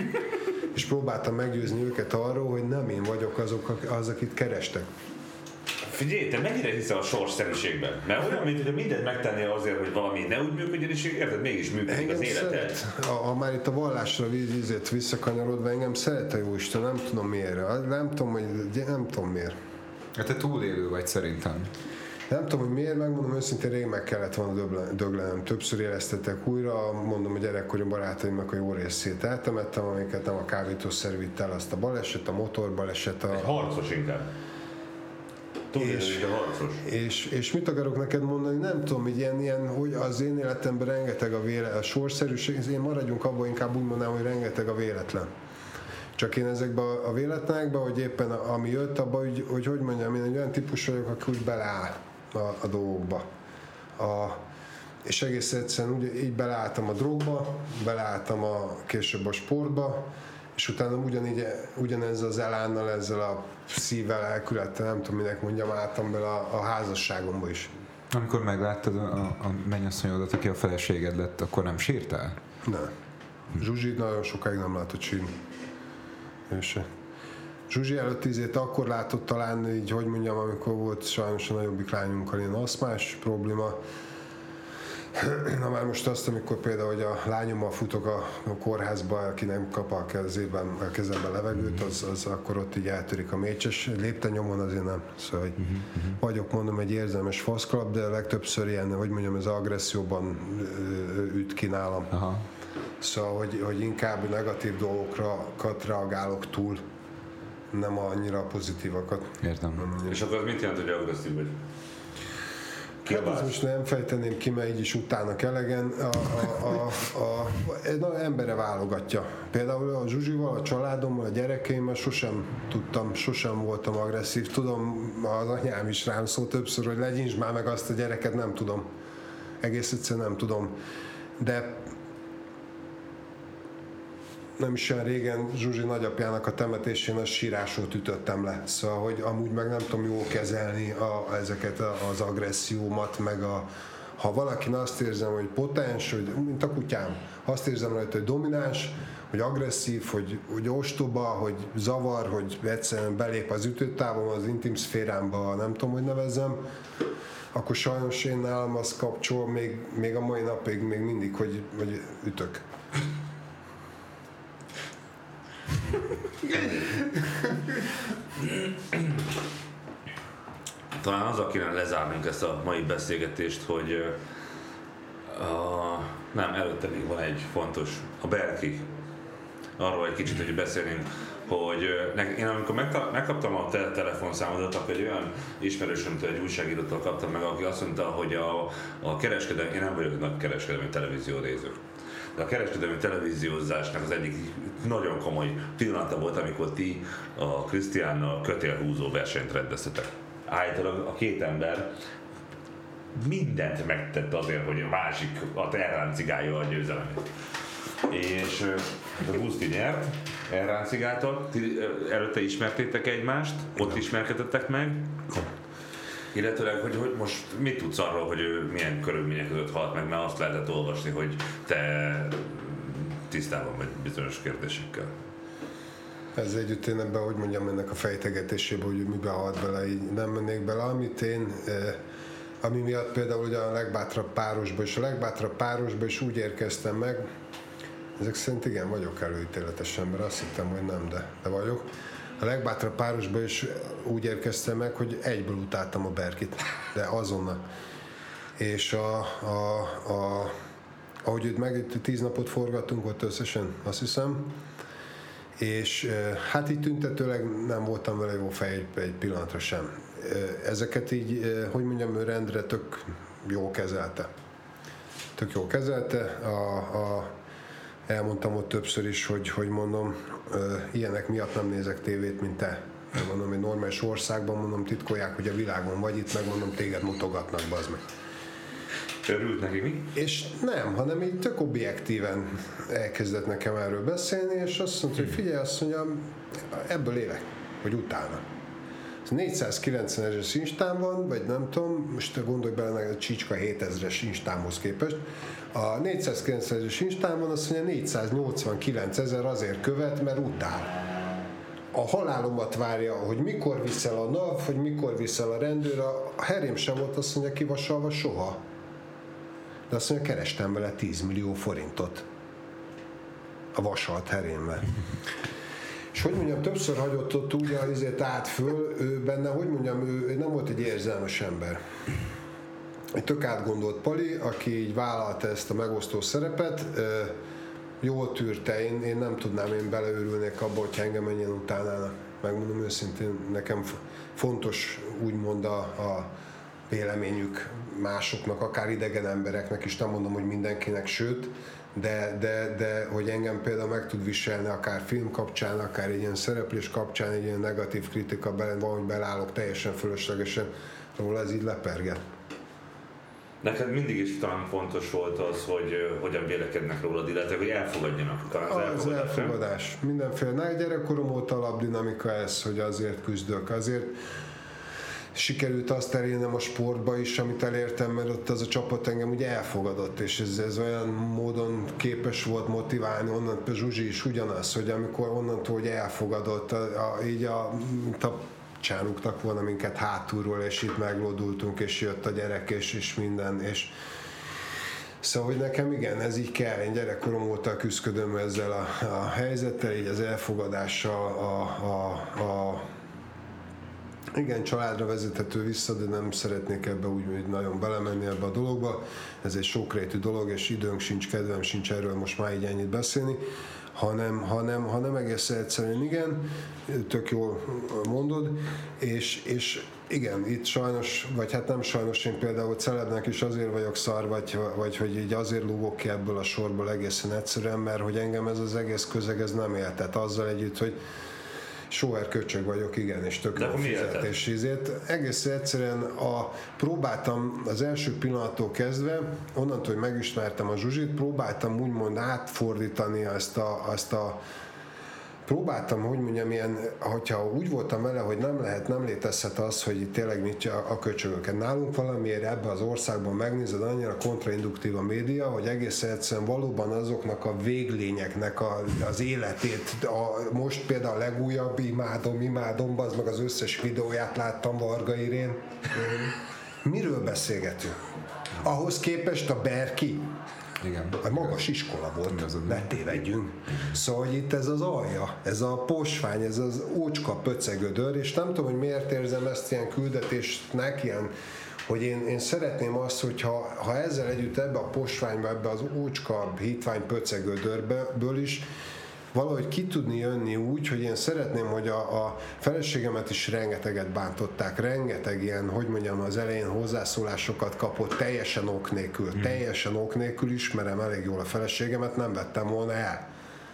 És próbáltam meggyőzni őket arról, hogy nem én vagyok az, akit kerestek. Figyelj, te mennyire hiszel a sorsszerűségben? Mert olyan, mint hogy mindent megtennél azért, hogy valami ne úgy működjön, és érted, mégis működik az életed. Ha már itt a vallásra visszakanyarodva, engem szeret a Jóisten, nem tudom miért. Nem tudom miért. Hát te túlélő vagy szerintem. Nem tudom, hogy miért, megmondom őszintén, rég meg kellett volna döglenem. Többször éreztettek újra, mondom, a gyerekkori barátaimnak a jó részét eltemettem, amiket nem a kábítószer vitt el, azt a baleset, a motorbaleset. Egy harcos inkább. És mit akarok neked mondani? Nem tudom, hogy ilyen, hogy az én életemben rengeteg a sorszerűség, én maradjunk abban, inkább úgy mondanám, hogy rengeteg a véletlen. Csak én ezekben a véletlenekben, hogy éppen ami jött, abban, hogy mondjam, én egy olyan típus vagyok, aki úgy beleáll a dolgokba. És egész egyszerűen így beleálltam a drogba, beleálltam később a sportba, és utána ugyanezzel az elánnal, ezzel a szívvel, elkülettel, nem tudom minek mondjam, álltam bele a házasságomba is. Amikor megláttad a mennyasszonyodat, aki a feleséged lett, akkor nem sírtál? Nem. Zsuzsit nagyon sokáig nem látott sírni. És Zsuzsi előtt 10 évet akkor látott talán, így hogy mondjam, amikor volt sajnos a nagyobbik lányunkkal ilyen aszmás probléma. Na már most azt, amikor például, hogy a lányommal futok a kórházba, aki nem kap a kezemben levegőt, az akkor ott így eltörik a mécses. Lépten-nyomon azért nem. Szóval, hogy vagyok, mondom, egy érzelmes faszklap, de legtöbbször ilyen, hogy mondjam, ez agresszióban üt ki nálam. Aha. Szóval, hogy inkább negatív dolgokat reagálok túl, nem annyira pozitívakat. Értem. És akkor az mit jelent, hogy agresszív vagy? Hát ezt most nem fejteném ki, mert így is utálnak elegen. Embere válogatja. Például a Zsuzsival, a családommal, a gyerekeimmel sosem voltam agresszív. Tudom, az anyám is rám szól többször, hogy legyintsd már meg azt a gyereket, nem tudom. Egész egyszerűen nem tudom. De nem is olyan régen Zsuzsi nagyapjának a temetésén a sírásót ütöttem le. Szóval, hogy amúgy meg nem tudom jól kezelni ezeket az agressziómat, meg ha valakin azt érzem, hogy potens, hogy, mint a kutyám, azt érzem rajta, hogy domináns, hogy agresszív, hogy ostoba, hogy zavar, hogy egyszerűen belép az ütőtávon, az intim szférámba, nem tudom, hogy nevezzem, akkor sajnos én nálam az kapcsol még a mai napig még mindig, hogy ütök. Talán azzal kéne lezárnunk ezt a mai beszélgetést, hogy nem, előtte még van egy fontos, a Berki. Arról egy kicsit, hogy beszélnénk, hogy én amikor megkaptam a telefonszámodat, akkor egy olyan ismerősömtől, egy újságírótól kaptam meg, aki azt mondta, hogy a kereskedelmi, én nem vagyok egy nagy kereskedelmi televízió néző, de a kereskedelmi televíziózásnak az egyik nagyon komoly pillanata volt, amikor ti a Krisztiánnal kötélhúzó versenyt rendeztetek. Állítólag a két ember mindent megtett azért, hogy a másik elráncigálja a győzelemét. És a Guszti nyert, elráncigáltak, előtte ismertétek egymást, ott ismerkedettek meg, illetőleg, hogy most mit tudsz arról, hogy ő milyen körülmények között halt meg, mert azt lehetett olvasni, hogy te tisztában vagy bizonyos kérdésekkel. Ez együtt én ebben, hogy mondjam, ennek a fejtegetésébe, hogy miben halt bele, így nem mennék bele, amit én, ami miatt például ugye a legbátrabb párosba is úgy érkeztem meg, ezek szerint igen, vagyok előítéletes ember, azt hittem, hogy nem, de vagyok. A legbátrabb párosba is úgy érkeztem meg, hogy egyből utáltam a Berkit, de azonnal. És ahogy őt meg 10 napot forgattunk ott összesen, azt hiszem, és hát így tüntetőleg nem voltam vele jó fej egy pillanatra sem. Ezeket így, hogy mondjam, ő rendre tök jól kezelte. Elmondtam ott többször is, hogy mondom, ilyenek miatt nem nézek tévét, mint te. Mondom, egy normális országban, mondom, titkolják, hogy a világon vagy itt, megmondom, téged mutogatnak, bazd meg. Örült neki mi? És nem, hanem így tök objektíven elkezdett nekem erről beszélni, és azt mondta, hogy figyelj, azt mondja, ebből élek, hogy utána. 490-es instám van, vagy nem tudom, most gondolj bele a Csicska 7000-es instámhoz képest. A 490-es instám van, azt mondja, 489 000 azért követ, mert utál. A halálomat várja, hogy mikor viszel a NAV, hogy mikor viszel a rendőr, a herém sem volt, azt mondja, kivasalva soha. De azt mondja, kerestem vele 10 millió forintot a vasalt herémmel. És hogy mondjam, többször hagyott ott úgy azért állt föl, ő benne, hogy mondjam, ő nem volt egy érzelmes ember. Egy tök átgondolt pali, aki így vállalta ezt a megosztó szerepet, jól tűrte, én nem tudnám, én beleőrülnék abba, hogy engem ennyien utálnának. Megmondom őszintén, nekem fontos úgymond a véleményük másoknak, akár idegen embereknek is, nem mondom, hogy mindenkinek, sőt, de hogy engem például meg tud viselni akár film kapcsán, akár egy ilyen szereplés kapcsán, egy ilyen negatív kritika, valahogy belállok teljesen fölöslegesen, róla ez így leperget. Neked mindig is talán fontos volt az, hogy hogyan vélekednek rólad, illetve hogy elfogadjanak. Talán az elfogadás. Mindenféle. Gyerekkorom óta alapdinamika ez, hogy azért küzdök. Azért sikerült azt elérnem a sportba is, amit elértem, mert ott az a csapat engem ugye elfogadott, és ez olyan módon képes volt motiválni, onnantól Zsuzsi is ugyanaz, hogy amikor onnantól, hogy elfogadott, mint a csánuktak volna minket hátulról, és itt meglódultunk, és jött a gyerek, és minden, és Szóval, hogy nekem igen, ez így kell. Én gyerekkorom óta küzdködöm ezzel a helyzettel, így az elfogadással, igen, családra vezethető vissza, de nem szeretnék ebbe úgy nagyon belemenni ebbe a dologba. Ez egy sokrétű dolog, és időnk sincs, kedvem sincs erről most már így ennyit beszélni, hanem egész egyszerűen igen, tök jól mondod, és igen, itt sajnos, vagy hát nem sajnos, én például celebnek is azért vagyok szar, vagy hogy így azért lúgok ki ebből a sorból egészen egyszerűen, mert hogy engem ez az egész közeg ez nem éltet azzal együtt, hogy sóer köcsög vagyok, igen, és tök jó fizetés ízét. Egész egyszerűen próbáltam az első pillanattól kezdve, onnantól, hogy megismertem a Zsuzsit, próbáltam úgymond átfordítani ezt a próbáltam, hogy mondjam, ilyen, hogyha úgy voltam vele, hogy nem létezhet az, hogy tényleg mit a köcsögöket. Nálunk valamiért ebben az országban megnézed, annyira kontrainduktív a média, hogy egész egyszerűen valóban azoknak a véglényeknek az életét, most például a legújabb imádom, az meg az összes videóját láttam Varga Irén. Miről beszélgetünk? Ahhoz képest a Berki, igen. A magas iskola volt, ne tévedjünk. Szóval, hogy itt ez az alja, ez a posvány, ez az ócska pöcegödör, és nem tudom, hogy miért érzem ezt ilyen küldetésnek, ilyen, hogy én szeretném azt, hogyha ezzel együtt ebbe a posványba, ebbe az ócska hitvány pöcegödörből is valahogy ki tudni jönni úgy, hogy én szeretném, hogy a feleségemet is rengeteget bántották, rengeteg ilyen, hogy mondjam, az elején hozzászólásokat kapott, teljesen ok nélkül ismerem elég jól a feleségemet, nem vettem volna el.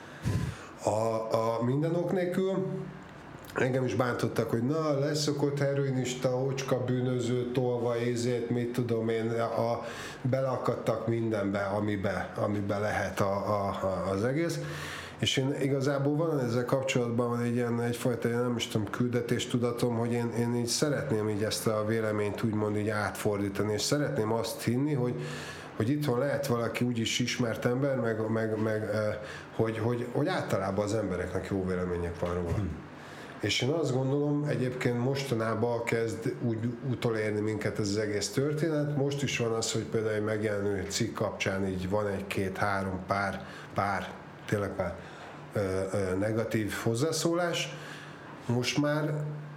A minden ok nélkül engem is bántottak, hogy na, leszokott heroinista, ócska bűnöző, tolva ézét, mit tudom én, beleakadtak mindenbe, amibe lehet az egész. És én igazából van ezzel kapcsolatban egyfajta, nem is tudom, küldetéstudatom, hogy én így szeretném így ezt a véleményt úgymond így átfordítani, és szeretném azt hinni, hogy itthon lehet valaki úgyis ismert ember, meg hogy általában az embereknek jó vélemények van róla. És én azt gondolom, egyébként mostanában kezd úgy utolérni minket ez az egész történet. Most is van az, hogy például egy megjelenő cikk kapcsán így van egy-két-három pár negatív hozzászólás. Most már,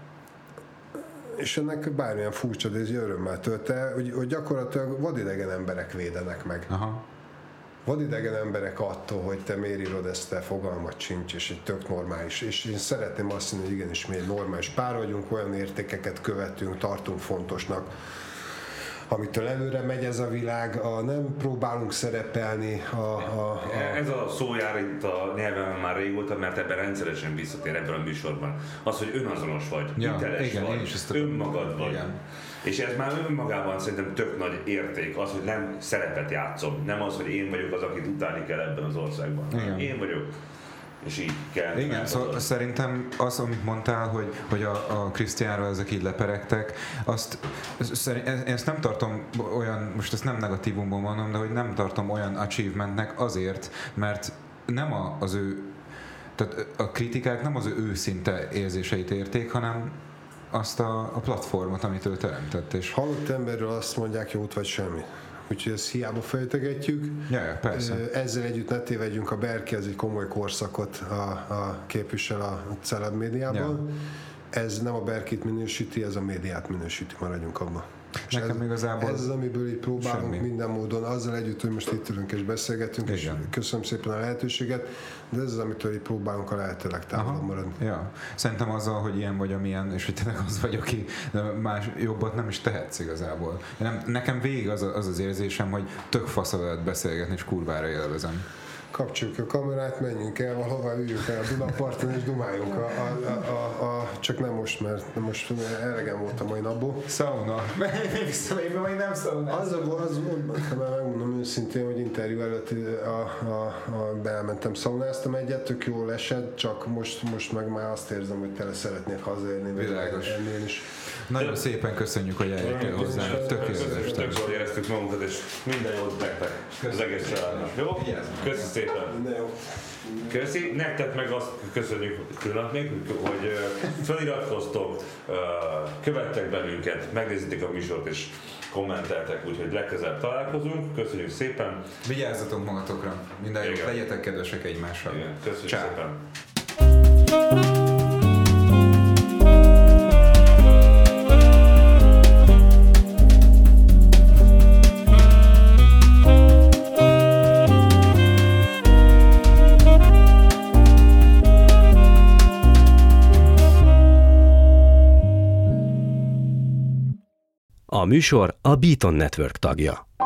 és ennek bármilyen furcsa, de ez örömmel tölt el, hogy gyakorlatilag vadidegen emberek védenek meg. Aha. Vadidegen emberek attól, hogy te miért írod ezt, te fogalmat sincs, és egy tök normális. És én szeretném azt mondani, hogy igenis mi egy normális pár vagyunk, olyan értékeket követünk, tartunk fontosnak, amitől előre megy ez a világ, nem próbálunk szerepelni. Ez a szó jár itt a nyelven már régóta, mert ebben rendszeresen visszatér ebben a műsorban. Az, hogy önazonos vagy, hiteles vagy, önmagad vagy. Igen. És ez már önmagában szerintem tök nagy érték, az, hogy nem szerepet játszom, nem az, hogy én vagyok az, akit utálni kell ebben az országban. Igen. Én vagyok. És így kell. Igen, szóval szerintem az, amit mondtál, hogy a Krisztiánról ezek így leperegtek, én ezt nem tartom olyan, most ezt nem negatívumban mondom, de hogy nem tartom olyan achievementnek azért, mert nem az ő, tehát a kritikák nem az ő őszinte érzéseit érték, hanem azt a platformot, amit ő teremtett. És halott emberről azt mondják, jót vagy semmi. Úgyhogy ezt hiába fejtegetjük. Ja, persze. Ezzel együtt ne tévedjünk, a Berki az egy komoly korszakot képvisel a celeb médiában. Ja. Ez nem a Berkit minősíti, ez a médiát minősíti, maradjunk abban. Nekem igazából ez az, amiből így próbálunk semmi. Minden módon, azzal együtt, hogy most itt ülünk és beszélgetünk, és köszönöm szépen a lehetőséget, de ez az, amitől így próbálunk a lehetőleg távolabb maradni. Ja. Szerintem azzal, hogy ilyen vagy amilyen, és hogy tényleg az vagy, aki más jobbat nem is tehetsz igazából. Nekem végig az érzésem, hogy tök fasza veled beszélgetni, és kurvára élvezem. Kapcsoljuk a kamerát, menjünk el valahová, üljünk el a Dunaparton és dumáljunk. Csak nem most, mert most elegem volt a mai napból. Sauna. Én még nem szaunázom. Az megmondom őszintén, hogy interjú előtt beelmentem, szaunáztam egyet, tök jól esett, csak most meg már azt érzem, hogy tele szeretnék hazaérni. Világos. Nagyon szépen köszönjük, hogy eljöttél hozzánk. Tökéletes. Tök jól éreztük magunkat, és minden jót nektek. Az egész családnak. Jó? Köszönöm szépen. szépen. Köszi, nektek meg azt köszönjük különatnék, hogy feliratkoztok, követtek bennünket, megnézitek a műsort és kommenteltek, úgyhogy legközelebb találkozunk. Köszönjük szépen. Vigyázzatok magatokra, minden jót, legyetek kedvesek egymással. Igen, köszönjük Csá. szépen. A műsor a Beaton Network tagja.